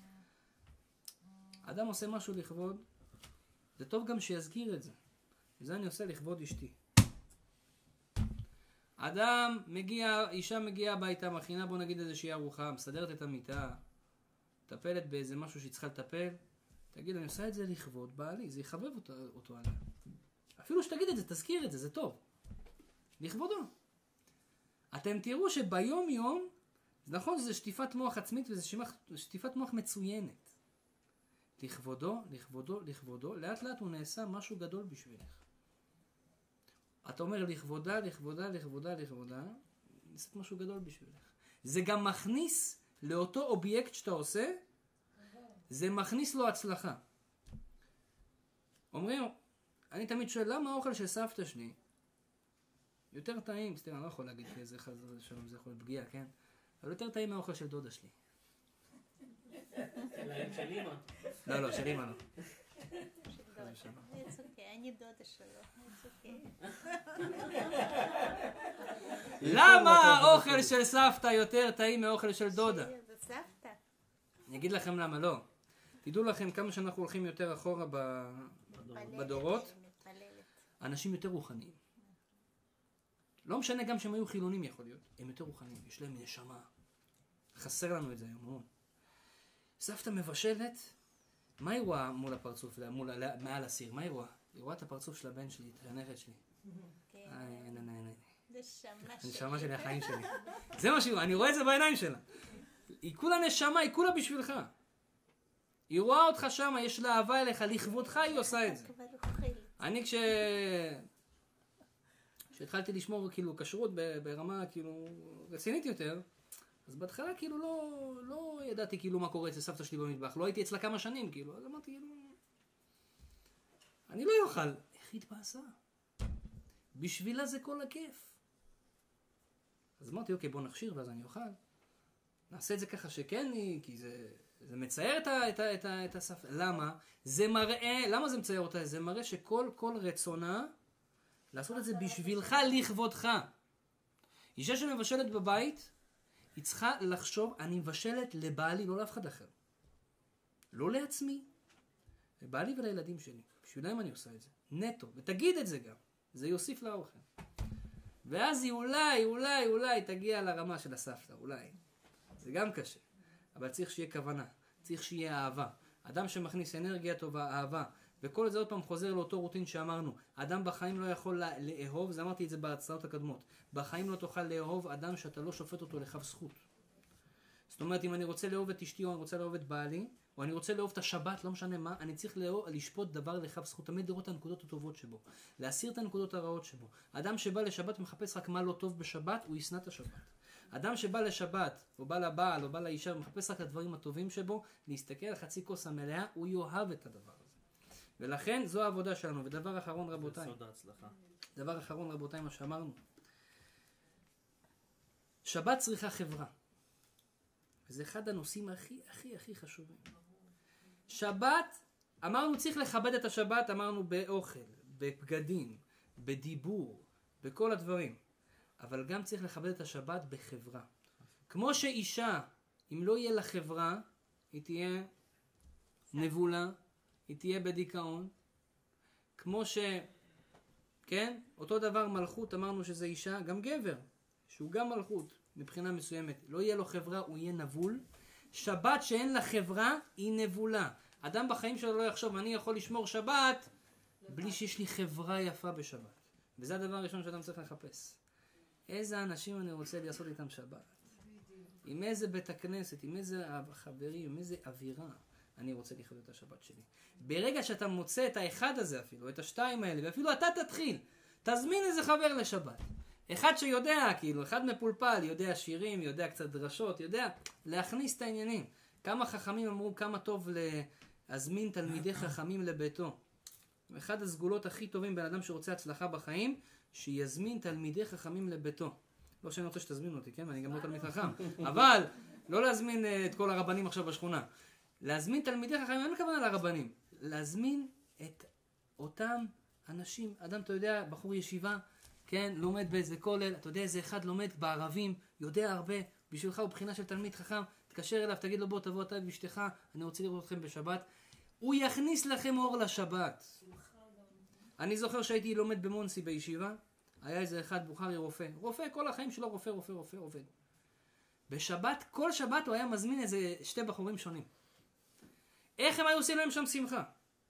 אדם עושה משהו לכבוד, זה טוב גם שיזכיר את זה. וזה אני עושה לכבוד אשתי. אדם מגיע, אישה מגיעה הביתה, מכינה בוא נגיד איזושהי ארוחה, מסדרת את המיטה, מטפלת באיזה משהו שהיא צריכה לטפל, תגיד, אני עושה את זה לכבוד בעלי, זה יחבב אותו עליה. אפילו שתגיד את זה, תזכיר את זה, זה טוב. לכבודו. אתם תראו שביום יום, נכון שזה שטיפת מוח עצמית וזה שטיפת מוח מצוינת. לכבודו, לכבודו, לכבודו, לאט לאט הוא נעשה משהו גדול בשבילך. אתה אומר לכבודה, לכבודה, לכבודה, לכבודה, נעשית משהו גדול בשבילך. זה גם מכניס לאותו אובייקט שאתה עושה, זה מכניס לו הצלחה. אומרים, אני תמיד שואל, למה האוכל של סבתא שלי יותר טעים, סתם, אני לא יכול להגיד איזה חזר שלום, זה יכול להיות פגיעה, כן? אבל יותר טעים מהאוכל של דודה שלי. של אמא. לא, של אמא לא. אני דודה שלו. למה האוכל של סבתא יותר טעים מהאוכל של דודה? זה סבתא. אני אגיד לכם למה לא. תדעו לכם כמה שאנחנו הולכים יותר אחורה בדורות, אנשים יותר רוחניים. לא משנה גם שהם היו חילונים יכול להיות, הם יותר רוחניים, יש להם נשמה. חסר לנו את זה היום. סבתא מבשלת, מה היא רואה מול הפרצוף, מעל הסיר? מה היא רואה? היא רואה את הפרצוף של הבן שלי, את הנכד שלי. נשמה שלי, החיים שלי. זה מה שהיא רואה, אני רואה את זה בעיניים שלה. היא כולה נשמה, היא כולה בשבילך. היא רואה אותך שם, יש לה אהבה אליך, לכבודך היא עושה את זה. אני כשהתחלתי לשמור כאילו כשרות ברמה כאילו רצינית יותר, אז בהתחלה כאילו לא ידעתי כאילו מה קורה אצל סבתא שלי במטבח, לא הייתי אצלה כמה שנים כאילו, אז אמרתי כאילו, אני לא יאכל. איך היא התבאסה? בשבילה זה כל הכיף. אז אמרתי אוקיי בוא נכשיר ואז אני אוכל. נעשה את זה ככה שכן, כי זה מצייר את הסבתא. למה? זה מראה, למה זה מצייר אותה? זה מראה שכל רצונה לעשות את זה בשבילך לכבודך. אישה שמבשלת בבית, היא צריכה לחשוב, אני מבשלת לבעלי, לא לאף אחד אחר. לא לעצמי, לבעלי ולילדים שלי. בשבילם אני עושה את זה. נטו. ותגיד את זה גם. זה יוסיף לאוכל. ואז היא אולי תגיע לרמה של הסבתא. אולי. זה גם קשה. אבל צריך שיהיה כוונה. צריך שיהיה אהבה. אדם שמכניס אנרגיה טובה, אהבה. וכל זה עוד פעם חוזר לאותו רוטין שאמרנו. אדם בחיים לא יכול לאהוב, זה אמרתי את זה בהצעות הקדמות. בחיים לא תוכל לאהוב אדם שאתה לא שופט אותו לכף זכות. זאת אומרת, אם אני רוצה לאהוב את אשתי, או אני רוצה לאהוב את בעלי, או אני רוצה לאהוב את השבת, לא משנה מה, אני צריך לשפוט דבר לכף זכות, תמיד לראות את הנקודות הטובות שבו, להסיר את הנקודות הרעות שבו. אדם שבא לשבת ומחפש רק מה לא טוב בשבת, הוא ישנא את השבת. אדם שבא לשבת, או בא לבעל, או בא לאישה, ומחפש רק את הדברים הטובים שבו, להסתכל על חצי כוס המלאה, הוא יאהב את הדבר הזה. ולכן זו העבודה שלנו. ודבר אחרון רבותיי, דבר אחרון רבותיי, מה שאמרנו, שבת צריכה חברה. וזה אחד הנושאים הכי חשובים. שבת, אמרנו צריך לכבד את השבת, אמרנו באוכל, בבגדים, בדיבור, בכל הדברים. אבל גם צריך לכבד את השבת בחברה. כמו שאישה, אם לא יהיה לה חברה, היא תהיה נבולה, היא תהיה בדיכאון. כמו כן, אותו דבר מלכות, אמרנו שזה אישה, גם גבר, שהוא גם מלכות מבחינה מסוימת. לא יהיה לו חברה, הוא יהיה נבול. שבת שאין לה חברה, היא נבולה. אדם בחיים שלו לא יחשוב, אני יכול לשמור שבת, בלי שיש לי חברה יפה בשבת. וזה הדבר הראשון שאדם צריך לחפש. איזה אנשים אני רוצה לעשות איתם שבת. עם איזה בית הכנסת, עם איזה חברים, עם איזה אווירה אני רוצה לכבד את השבת שלי. ברגע שאתה מוצא את האחד הזה אפילו, את השתיים האלה, ואפילו אתה תתחיל, תזמין איזה חבר לשבת. אחד שיודע, כאילו, אחד מפולפל, יודע שירים, יודע קצת דרשות, יודע להכניס את העניינים. כמה חכמים אמרו כמה טוב להזמין תלמידי חכמים לביתו. אחד הסגולות הכי טובים בין אדם שרוצה הצלחה בחיים, שיזמין תלמידי חכמים לביתו. לא שאני רוצה שתזמינו אותי, כן? ואני גם לא תלמיד חכם. אבל לא להזמין את כל הרבנים עכשיו בשכונה. להזמין תלמידי חכמים, אין הכוונה לרבנים. להזמין את אותם אנשים. אדם, אתה יודע, בחור ישיבה, כן, לומד באיזה כולל, אתה יודע, איזה אחד לומד בערבים, יודע הרבה, בשבילך הוא בחינה של תלמיד חכם, תקשר אליו, תגיד לו בוא תבוא אתה ואשתך, אני רוצה לראות אתכם בשבת. הוא יכניס לכם אור לשבת. אני זוכר שהייתי לומד במונסי בישיבה, היה איזה אחד בוכרי רופא, כל החיים שלו רופא, עובד. בשבת, כל שבת הוא היה מזמין איזה שתי בחורים שונים. איך הם היו עושים להם שם שמחה?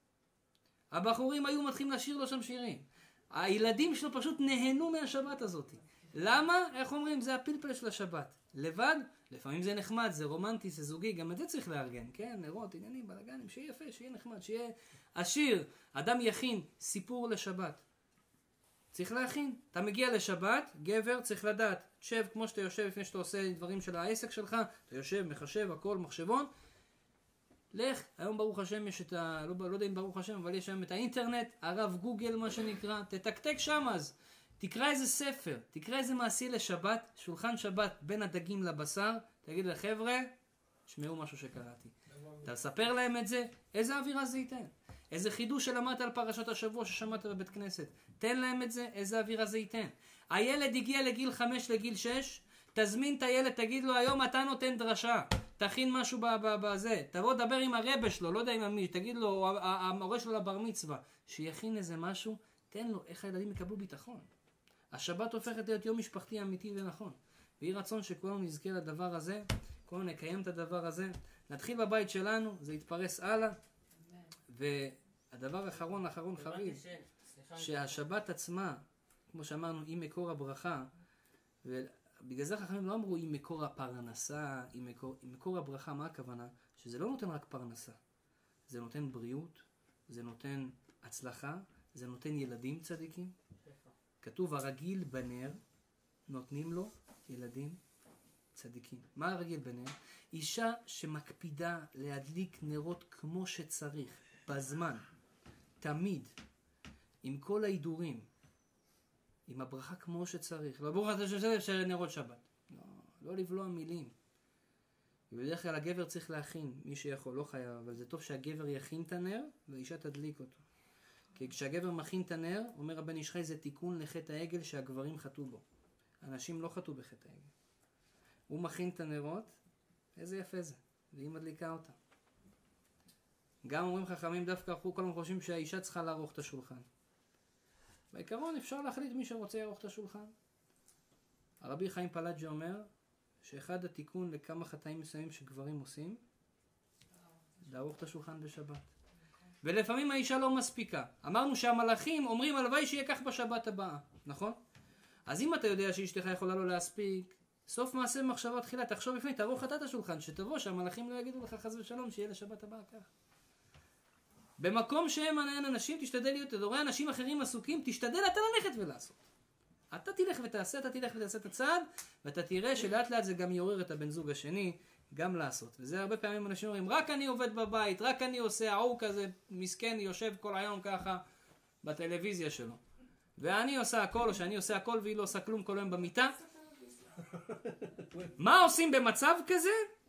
הבחורים היו מתחילים לשיר לו שם שירים. הילדים שלו פשוט נהנו מהשבת הזאת. למה? איך אומרים? זה הפלפל של השבת. לבד, לפעמים זה נחמד, זה רומנטי, זה זוגי, גם את זה צריך לארגן, כן? נרות, עניינים, בלגנים, שיהיה יפה, שיהיה נחמד, שיהיה עשיר. אדם יכין סיפור לשבת. צריך להכין. אתה מגיע לשבת, גבר צריך לדעת. תשב כמו שאתה יושב לפני שאתה עושה דברים של העסק שלך, אתה יושב, מחשב, הכל, מחשבון. לך, היום ברוך השם יש את לא יודע אם ברוך השם, אבל יש היום את האינטרנט, הרב גוגל מה שנקרא, תתקתק שם אז. תקרא איזה ספר, תקרא איזה מעשי לשבת, שולחן שבת בין הדגים לבשר, תגיד לחבר'ה, שמעו משהו שקראתי. אתה ספר להם את זה, איזה אווירה זה ייתן? איזה חידוש שלמדת על פרשת השבוע ששמעת בבית כנסת, תן להם את זה, איזה אווירה זה ייתן. הילד הגיע לגיל 5, לגיל 6, תזמין את הילד, תגיד לו היום אתה נותן דרשה, תכין משהו בזה, תבוא דבר עם הרבה שלו, לא יודע עם המי, תגיד לו, המורה שלו לבר מצווה, שיכין איזה משהו, תן לו, איך הילדים יקבלו ביטחון. השבת הופכת להיות יום משפחתי אמיתי ונכון. ויהי רצון שכולנו נזכה לדבר הזה, כולנו נקיים את הדבר הזה, נתחיל בבית שלנו, זה יתפרס הלאה, והדבר האחרון חביב, שהשבת עצמה, כמו שאמרנו, היא מקור הברכה, ובגלל זה החכמים לא אמרו היא מקור הפרנסה, היא מקור הברכה, מה הכוונה? שזה לא נותן רק פרנסה, זה נותן בריאות, זה נותן הצלחה, זה נותן ילדים צדיקים. כתוב הרגיל בנר, נותנים לו ילדים צדיקים. מה הרגיל בנר? אישה שמקפידה להדליק נרות כמו שצריך, בזמן, תמיד, עם כל ההידורים, עם הברכה כמו שצריך. לא ברוך אתה של נרות שבת. לא לבלוע מילים. ובדרך כלל הגבר צריך להכין, מי שיכול, לא חייב, אבל זה טוב שהגבר יכין את הנר והאישה תדליק אותו. כי כשהגבר מכין את הנר, אומר הבן איש חי, זה תיקון לחטא העגל שהגברים חטאו בו. אנשים לא חטאו בחטא העגל. הוא מכין את הנרות, איזה יפה זה, והיא מדליקה אותה. גם אומרים חכמים דווקא, כולם חושבים שהאישה צריכה לערוך את השולחן. בעיקרון אפשר להחליט מי שרוצה לערוך את השולחן. הרבי חיים פלאג'י אומר, שאחד התיקון לכמה חטאים מסוימים שגברים עושים, לערוך את השולחן בשבת. ולפעמים האישה לא מספיקה. אמרנו שהמלאכים אומרים הלוואי שיהיה כך בשבת הבאה, נכון? אז אם אתה יודע שאשתך יכולה לא להספיק, סוף מעשה במחשבה תחילה, תחשוב לפני, תערוך חטאת השולחן, שתבוא שהמלאכים לא יגידו לך חס ושלום שיהיה לשבת הבאה כך. במקום שהם אין אנשים, תשתדל להיות, אתה רואה אנשים אחרים עסוקים, תשתדל אתה ללכת ולעשות. אתה תלך ותעשה, את הצעד, ואתה תראה שלאט לאט זה גם יעורר את הבן זוג השני, גם לעשות. וזה הרבה פעמים אנשים אומרים, רק אני עובד בבית, רק אני עושה, ההוא כזה מסכן, יושב כל היום ככה בטלוויזיה שלו. ואני עושה הכל, או שאני עושה הכל, והיא לא עושה כלום כל היום במיטה. מה עושים במצב כזה?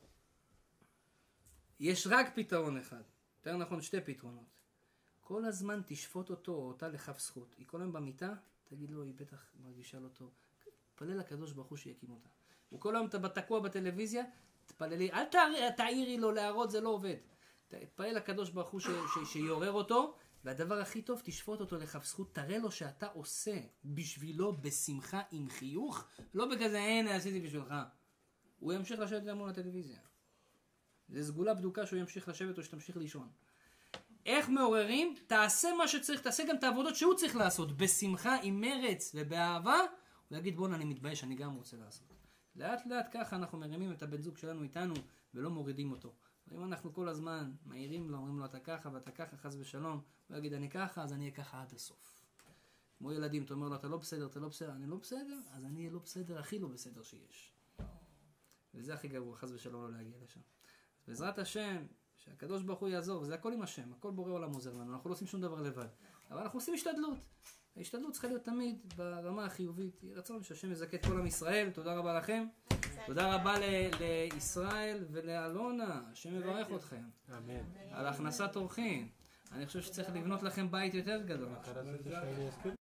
יש רק פתרון אחד. יותר נכון, שתי פתרונות. כל הזמן תשפוט אותו או אותה לכף זכות. היא כל היום במיטה, תגיד לו, היא בטח מרגישה לא טוב. תפלל לקדוש ברוך הוא שיקים אותה. הוא כל היום תקוע בטלוויזיה, תפללי, אל תעירי לו להראות, זה לא עובד. תפלל לקדוש ברוך הוא שיעורר אותו, והדבר הכי טוב, תשפוט אותו לכף זכות, תראה לו שאתה עושה בשבילו בשמחה עם חיוך, לא בכזה, הנה, עשיתי בשבילך. הוא ימשיך לשבת גם מול הטלוויזיה. זה סגולה בדוקה שהוא ימשיך לשבת או שתמשיך לישון. איך מעוררים? תעשה מה שצריך, תעשה גם את העבודות שהוא צריך לעשות, בשמחה, עם מרץ ובאהבה, הוא יגיד, בוא, אני מתבייש, אני גם רוצה לעשות. לאט לאט ככה אנחנו מרימים את הבן זוג שלנו איתנו, ולא מורידים אותו. אם אנחנו כל הזמן מעירים לו, אומרים לו, אתה ככה ואתה ככה, חס ושלום, הוא יגיד, אני ככה, אז אני אהיה ככה עד הסוף. כמו ילדים, אתה אומר לו, אתה לא בסדר, אני לא בסדר, אז אני אהיה לא בסדר, הכי לא בסדר שיש. וזה הכי גרוע, חס ושלום לא להגיע לשם. בעזרת השם, שהקדוש ברוך הוא יעזור, וזה הכל עם השם, הכל בורא עולם עוזר לנו, אנחנו לא עושים שום דבר לבד. אבל אנחנו עושים השתדלות. ההשתדלות צריכה להיות תמיד ברמה החיובית. רצון שהשם יזכה את כל עם ישראל. תודה רבה לכם. תודה רבה לישראל ולאלונה. השם יברך אתכם. אמן. על הכנסת אורחים. אני חושב שצריך לבנות לכם בית יותר גדול.